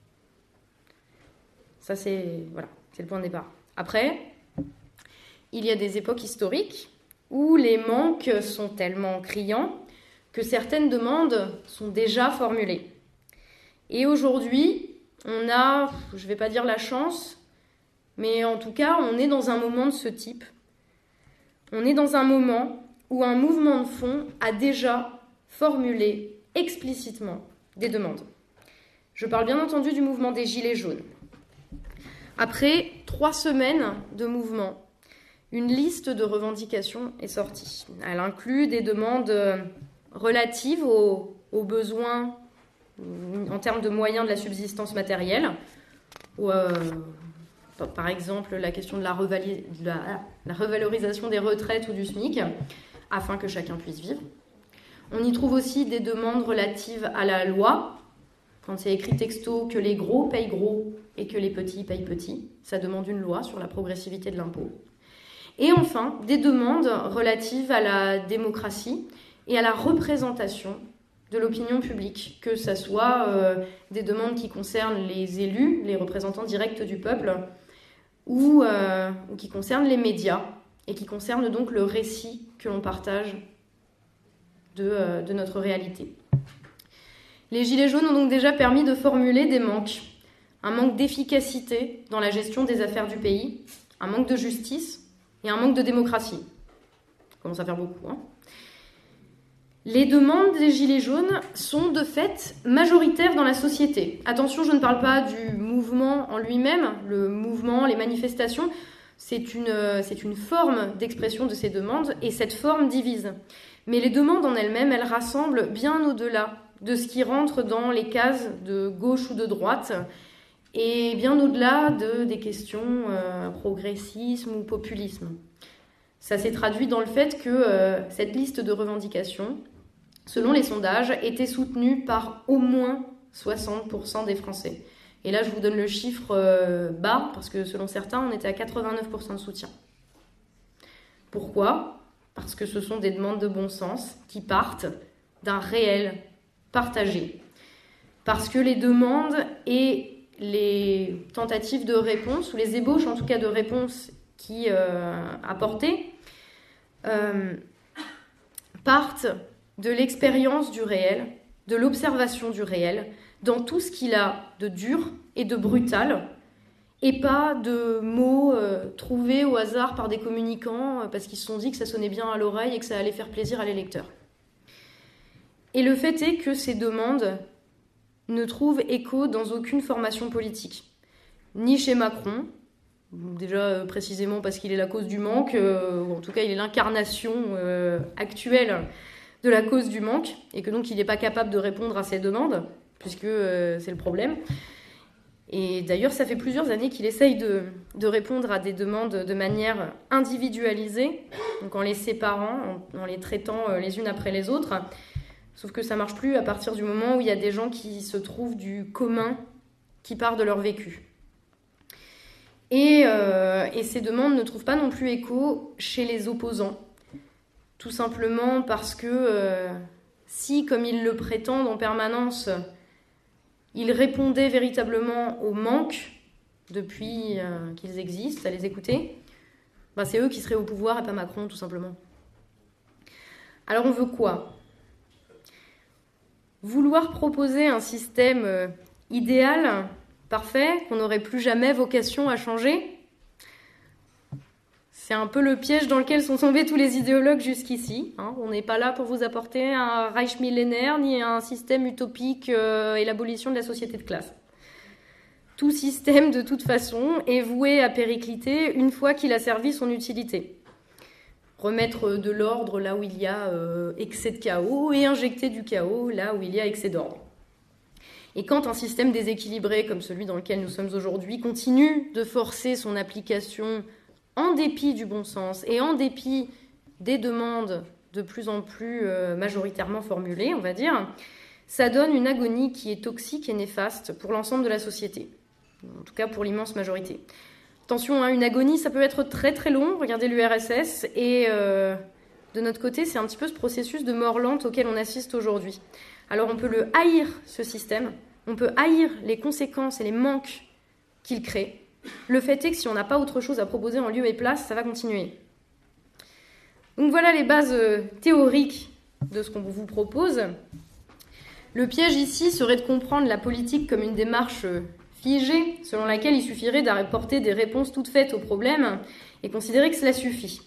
Ça, c'est le point de départ. Après, il y a des époques historiques où les manques sont tellement criants que certaines demandes sont déjà formulées. Et aujourd'hui, on a, je ne vais pas dire la chance, mais en tout cas, on est dans un moment de ce type. On est dans un moment où un mouvement de fond a déjà formulé explicitement des demandes. Je parle bien entendu du mouvement des Gilets jaunes. Après 3 semaines de mouvement, une liste de revendications est sortie. Elle inclut des demandes relatives aux besoins en termes de moyens de la subsistance matérielle, par exemple la question de la revalorisation des retraites ou du SMIC, afin que chacun puisse vivre. On y trouve aussi des demandes relatives à la loi, quand c'est écrit texto que les gros payent gros et que les petits payent petits. Ça demande une loi sur la progressivité de l'impôt. Et enfin, des demandes relatives à la démocratie et à la représentation de l'opinion publique, que ce soit des demandes qui concernent les élus, les représentants directs du peuple, ou qui concernent les médias, et qui concernent donc le récit que l'on partage de notre réalité. Les Gilets jaunes ont donc déjà permis de formuler des manques. Un manque d'efficacité dans la gestion des affaires du pays, un manque de justice et un manque de démocratie. Ça commence à faire beaucoup, hein. Les demandes des Gilets jaunes sont de fait majoritaires dans la société. Attention, je ne parle pas du mouvement en lui-même. Le mouvement, les manifestations, c'est une forme d'expression de ces demandes et cette forme divise. Mais les demandes en elles-mêmes, elles rassemblent bien au-delà de ce qui rentre dans les cases de gauche ou de droite et bien au-delà des questions progressisme ou populisme. Ça s'est traduit dans le fait que cette liste de revendications, selon les sondages, était soutenue par au moins 60% des Français. Et là, je vous donne le chiffre bas, parce que selon certains, on était à 89% de soutien. Pourquoi ? Parce que ce sont des demandes de bon sens qui partent d'un réel partagé. Parce que les demandes et les tentatives de réponse, ou les ébauches en tout cas de réponse qui apportées, partent de l'expérience du réel, de l'observation du réel, dans tout ce qu'il a de dur et de brutal, et pas de mots trouvés au hasard par des communicants parce qu'ils se sont dit que ça sonnait bien à l'oreille et que ça allait faire plaisir à l'électeur. Et le fait est que ces demandes ne trouvent écho dans aucune formation politique, ni chez Macron, déjà précisément parce qu'il est la cause du manque, ou en tout cas il est l'incarnation actuelle de la cause du manque, et que donc il n'est pas capable de répondre à ces demandes, puisque c'est le problème. Et d'ailleurs, ça fait plusieurs années qu'il essaye de répondre à des demandes de manière individualisée, donc en les séparant, en les traitant les unes après les autres, sauf que ça ne marche plus à partir du moment où il y a des gens qui se trouvent du commun, qui part de leur vécu. Et ces demandes ne trouvent pas non plus écho chez les opposants, tout simplement parce que si, comme ils le prétendent en permanence, ils répondaient véritablement au manque depuis qu'ils existent, à les écouter, c'est eux qui seraient au pouvoir et pas Macron, tout simplement. Alors on veut quoi ? Vouloir proposer un système idéal, parfait, qu'on n'aurait plus jamais vocation à changer, C'est un peu le piège dans lequel sont tombés tous les idéologues jusqu'ici. On n'est pas là pour vous apporter un Reich millénaire ni un système utopique et l'abolition de la société de classe. Tout système, de toute façon, est voué à péricliter une fois qu'il a servi son utilité. Remettre de l'ordre là où il y a excès de chaos et injecter du chaos là où il y a excès d'ordre. Et quand un système déséquilibré comme celui dans lequel nous sommes aujourd'hui continue de forcer son application en dépit du bon sens et en dépit des demandes de plus en plus majoritairement formulées, on va dire, ça donne une agonie qui est toxique et néfaste pour l'ensemble de la société, en tout cas pour l'immense majorité. Attention, une agonie, ça peut être très très long, regardez l'URSS, et de notre côté, c'est un petit peu ce processus de mort lente auquel on assiste aujourd'hui. Alors on peut le haïr, ce système, on peut haïr les conséquences et les manques qu'il crée. Le fait est que si on n'a pas autre chose à proposer en lieu et place, ça va continuer. Donc voilà les bases théoriques de ce qu'on vous propose. Le piège ici serait de comprendre la politique comme une démarche figée, selon laquelle il suffirait d'apporter des réponses toutes faites aux problèmes et considérer que cela suffit.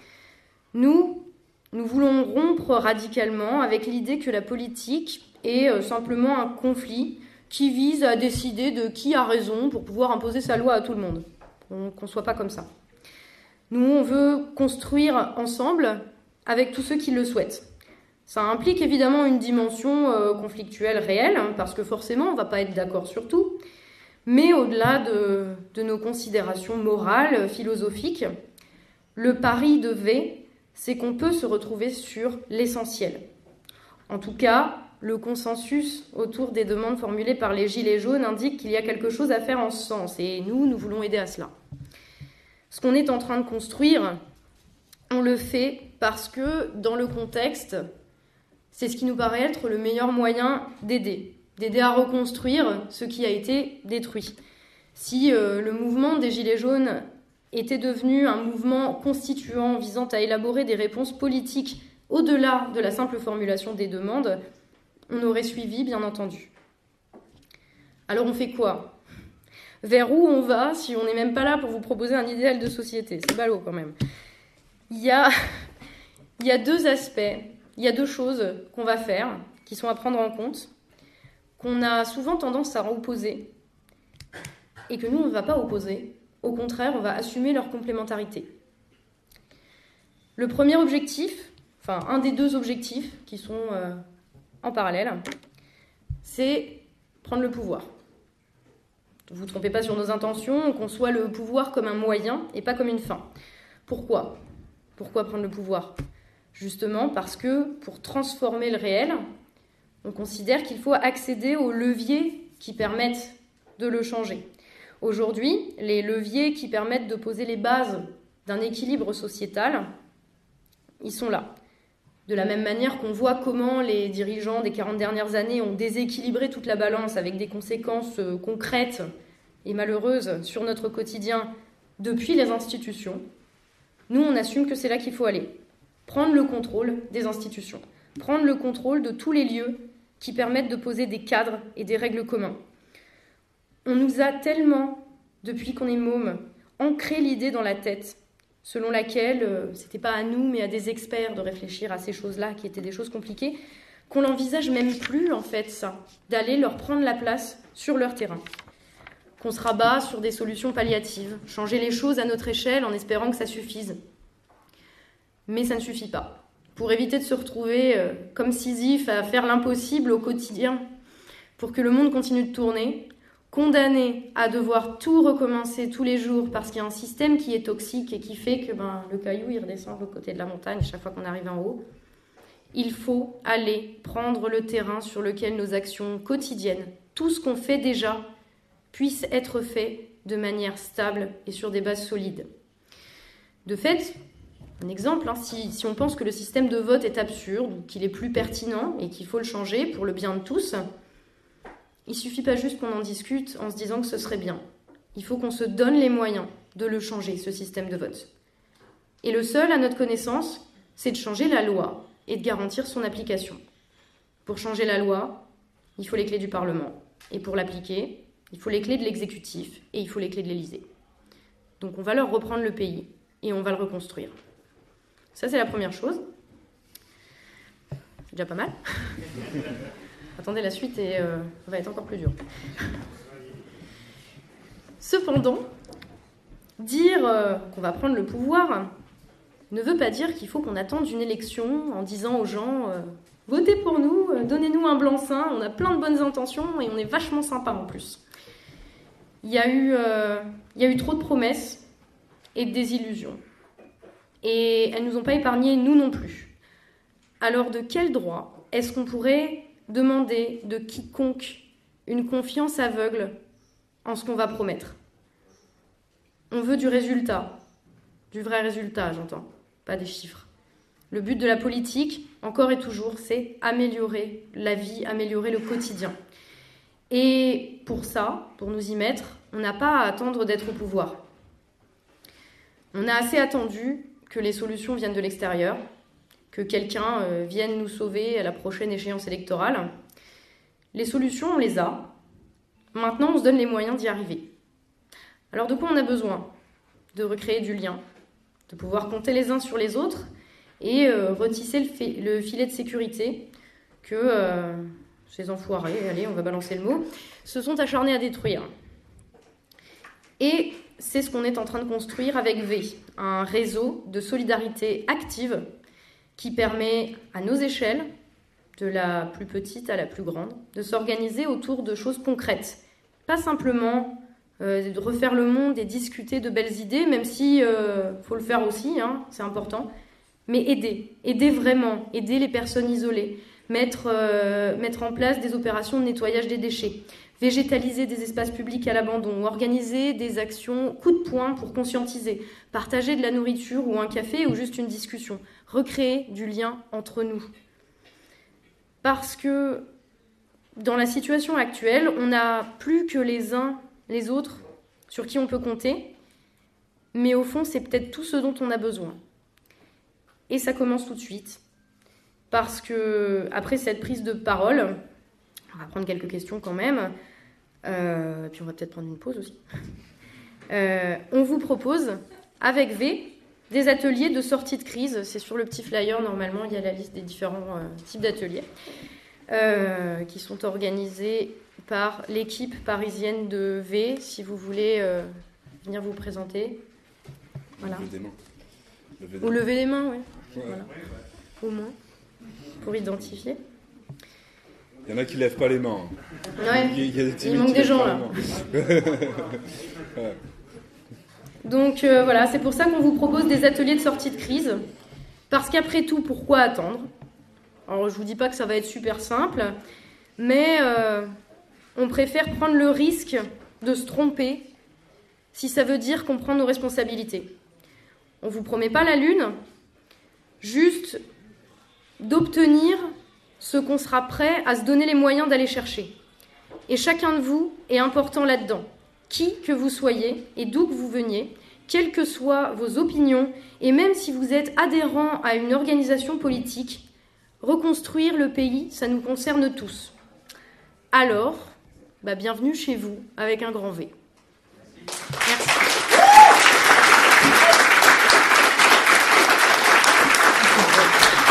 Nous voulons rompre radicalement avec l'idée que la politique est simplement un conflit qui vise à décider de qui a raison pour pouvoir imposer sa loi à tout le monde. Qu'on ne soit pas comme ça. Nous, on veut construire ensemble avec tous ceux qui le souhaitent. Ça implique évidemment une dimension conflictuelle réelle, parce que forcément, on ne va pas être d'accord sur tout. Mais au-delà de nos considérations morales, philosophiques, le pari de V, c'est qu'on peut se retrouver sur l'essentiel. En tout cas, le consensus autour des demandes formulées par les Gilets jaunes indique qu'il y a quelque chose à faire en ce sens, et nous voulons aider à cela. Ce qu'on est en train de construire, on le fait parce que, dans le contexte, c'est ce qui nous paraît être le meilleur moyen d'aider à reconstruire ce qui a été détruit. Si le mouvement des Gilets jaunes était devenu un mouvement constituant visant à élaborer des réponses politiques au-delà de la simple formulation des demandes, on aurait suivi, bien entendu. Alors on fait quoi ? Vers où on va si on n'est même pas là pour vous proposer un idéal de société ? C'est ballot quand même. Il y a deux aspects, il y a deux choses qu'on va faire, qui sont à prendre en compte, qu'on a souvent tendance à opposer, et que nous, on ne va pas opposer. Au contraire, on va assumer leur complémentarité. Le premier objectif, enfin un des deux objectifs qui sont en parallèle, c'est prendre le pouvoir. Ne vous trompez pas sur nos intentions, on conçoit le pouvoir comme un moyen et pas comme une fin. Pourquoi ? Pourquoi prendre le pouvoir ? Justement parce que pour transformer le réel, on considère qu'il faut accéder aux leviers qui permettent de le changer. Aujourd'hui, les leviers qui permettent de poser les bases d'un équilibre sociétal, ils sont là. De la même manière qu'on voit comment les dirigeants des 40 dernières années ont déséquilibré toute la balance avec des conséquences concrètes et malheureuses sur notre quotidien depuis les institutions, nous, on assume que c'est là qu'il faut aller. Prendre le contrôle des institutions. Prendre le contrôle de tous les lieux qui permettent de poser des cadres et des règles communs. On nous a tellement, depuis qu'on est môme, ancré l'idée dans la tête selon laquelle c'était pas à nous mais à des experts de réfléchir à ces choses-là qui étaient des choses compliquées, qu'on n'envisage même plus en fait ça, d'aller leur prendre la place sur leur terrain. Qu'on se rabat sur des solutions palliatives, changer les choses à notre échelle en espérant que ça suffise. Mais ça ne suffit pas. Pour éviter de se retrouver comme Sisyphe à faire l'impossible au quotidien, pour que le monde continue de tourner, condamné à devoir tout recommencer tous les jours parce qu'il y a un système qui est toxique et qui fait que le caillou il redescend de l'autre côté de la montagne chaque fois qu'on arrive en haut, il faut aller prendre le terrain sur lequel nos actions quotidiennes, tout ce qu'on fait déjà, puisse être fait de manière stable et sur des bases solides. De fait, un exemple, si on pense que le système de vote est absurde, qu'il est plus pertinent et qu'il faut le changer pour le bien de tous, il ne suffit pas juste qu'on en discute en se disant que ce serait bien. Il faut qu'on se donne les moyens de le changer, ce système de vote. Et le seul, à notre connaissance, c'est de changer la loi et de garantir son application. Pour changer la loi, il faut les clés du Parlement. Et pour l'appliquer, il faut les clés de l'exécutif et il faut les clés de l'Élysée. Donc on va leur reprendre le pays. et on va le reconstruire. Ça, c'est la première chose. C'est déjà pas mal. Attendez, la suite va être encore plus dure. Cependant, dire qu'on va prendre le pouvoir ne veut pas dire qu'il faut qu'on attende une élection en disant aux gens votez pour nous, donnez-nous un blanc-seing, on a plein de bonnes intentions et on est vachement sympa en plus. Il y a eu trop de promesses et de désillusions. Et elles ne nous ont pas épargnés, nous non plus. Alors de quel droit est-ce qu'on pourrait demander de quiconque une confiance aveugle en ce qu'on va promettre? On veut du résultat, du vrai résultat, j'entends, pas des chiffres. Le but de la politique, encore et toujours, c'est améliorer la vie, améliorer le quotidien. Et pour ça, pour nous y mettre, on n'a pas à attendre d'être au pouvoir. On a assez attendu que les solutions viennent de l'extérieur, que quelqu'un vienne nous sauver à la prochaine échéance électorale. Les solutions, on les a. Maintenant, on se donne les moyens d'y arriver. Alors de quoi on a besoin? De recréer du lien, de pouvoir compter les uns sur les autres et retisser le filet de sécurité que ces enfoirés, allez, on va balancer le mot, se sont acharnés à détruire. Et c'est ce qu'on est en train de construire avec V, un réseau de solidarité active qui permet à nos échelles, de la plus petite à la plus grande, de s'organiser autour de choses concrètes. Pas simplement de refaire le monde et discuter de belles idées, même si faut le faire aussi, hein, c'est important, mais aider vraiment, aider les personnes isolées, mettre en place des opérations de nettoyage des déchets, végétaliser des espaces publics à l'abandon, organiser des actions coup de poing pour conscientiser, partager de la nourriture ou un café ou juste une discussion, recréer du lien entre nous. Parce que dans la situation actuelle, on n'a plus que les uns les autres sur qui on peut compter, mais au fond, c'est peut-être tout ce dont on a besoin. Et ça commence tout de suite, parce que après cette prise de parole, on va prendre quelques questions quand même, puis on va peut-être prendre une pause aussi. On vous propose, avec V, des ateliers de sortie de crise. C'est sur le petit flyer, normalement, il y a la liste des différents types d'ateliers qui sont organisés par l'équipe parisienne de V, si vous voulez venir vous présenter. Voilà. Ou lever les mains, oui. Ouais. Voilà. Au moins, pour identifier. Il y en a qui ne lèvent pas les mains. Ouais. Il manque des gens, là. Ouais. Donc voilà, c'est pour ça qu'on vous propose des ateliers de sortie de crise. Parce qu'après tout, pourquoi attendre? Alors, je ne vous dis pas que ça va être super simple, mais on préfère prendre le risque de se tromper si ça veut dire qu'on prend nos responsabilités. On ne vous promet pas la lune, juste d'obtenir ce qu'on sera prêt à se donner les moyens d'aller chercher. Et chacun de vous est important là-dedans. Qui que vous soyez et d'où que vous veniez, quelles que soient vos opinions, et même si vous êtes adhérent à une organisation politique, reconstruire le pays, ça nous concerne tous. Alors, bienvenue chez vous avec un grand V.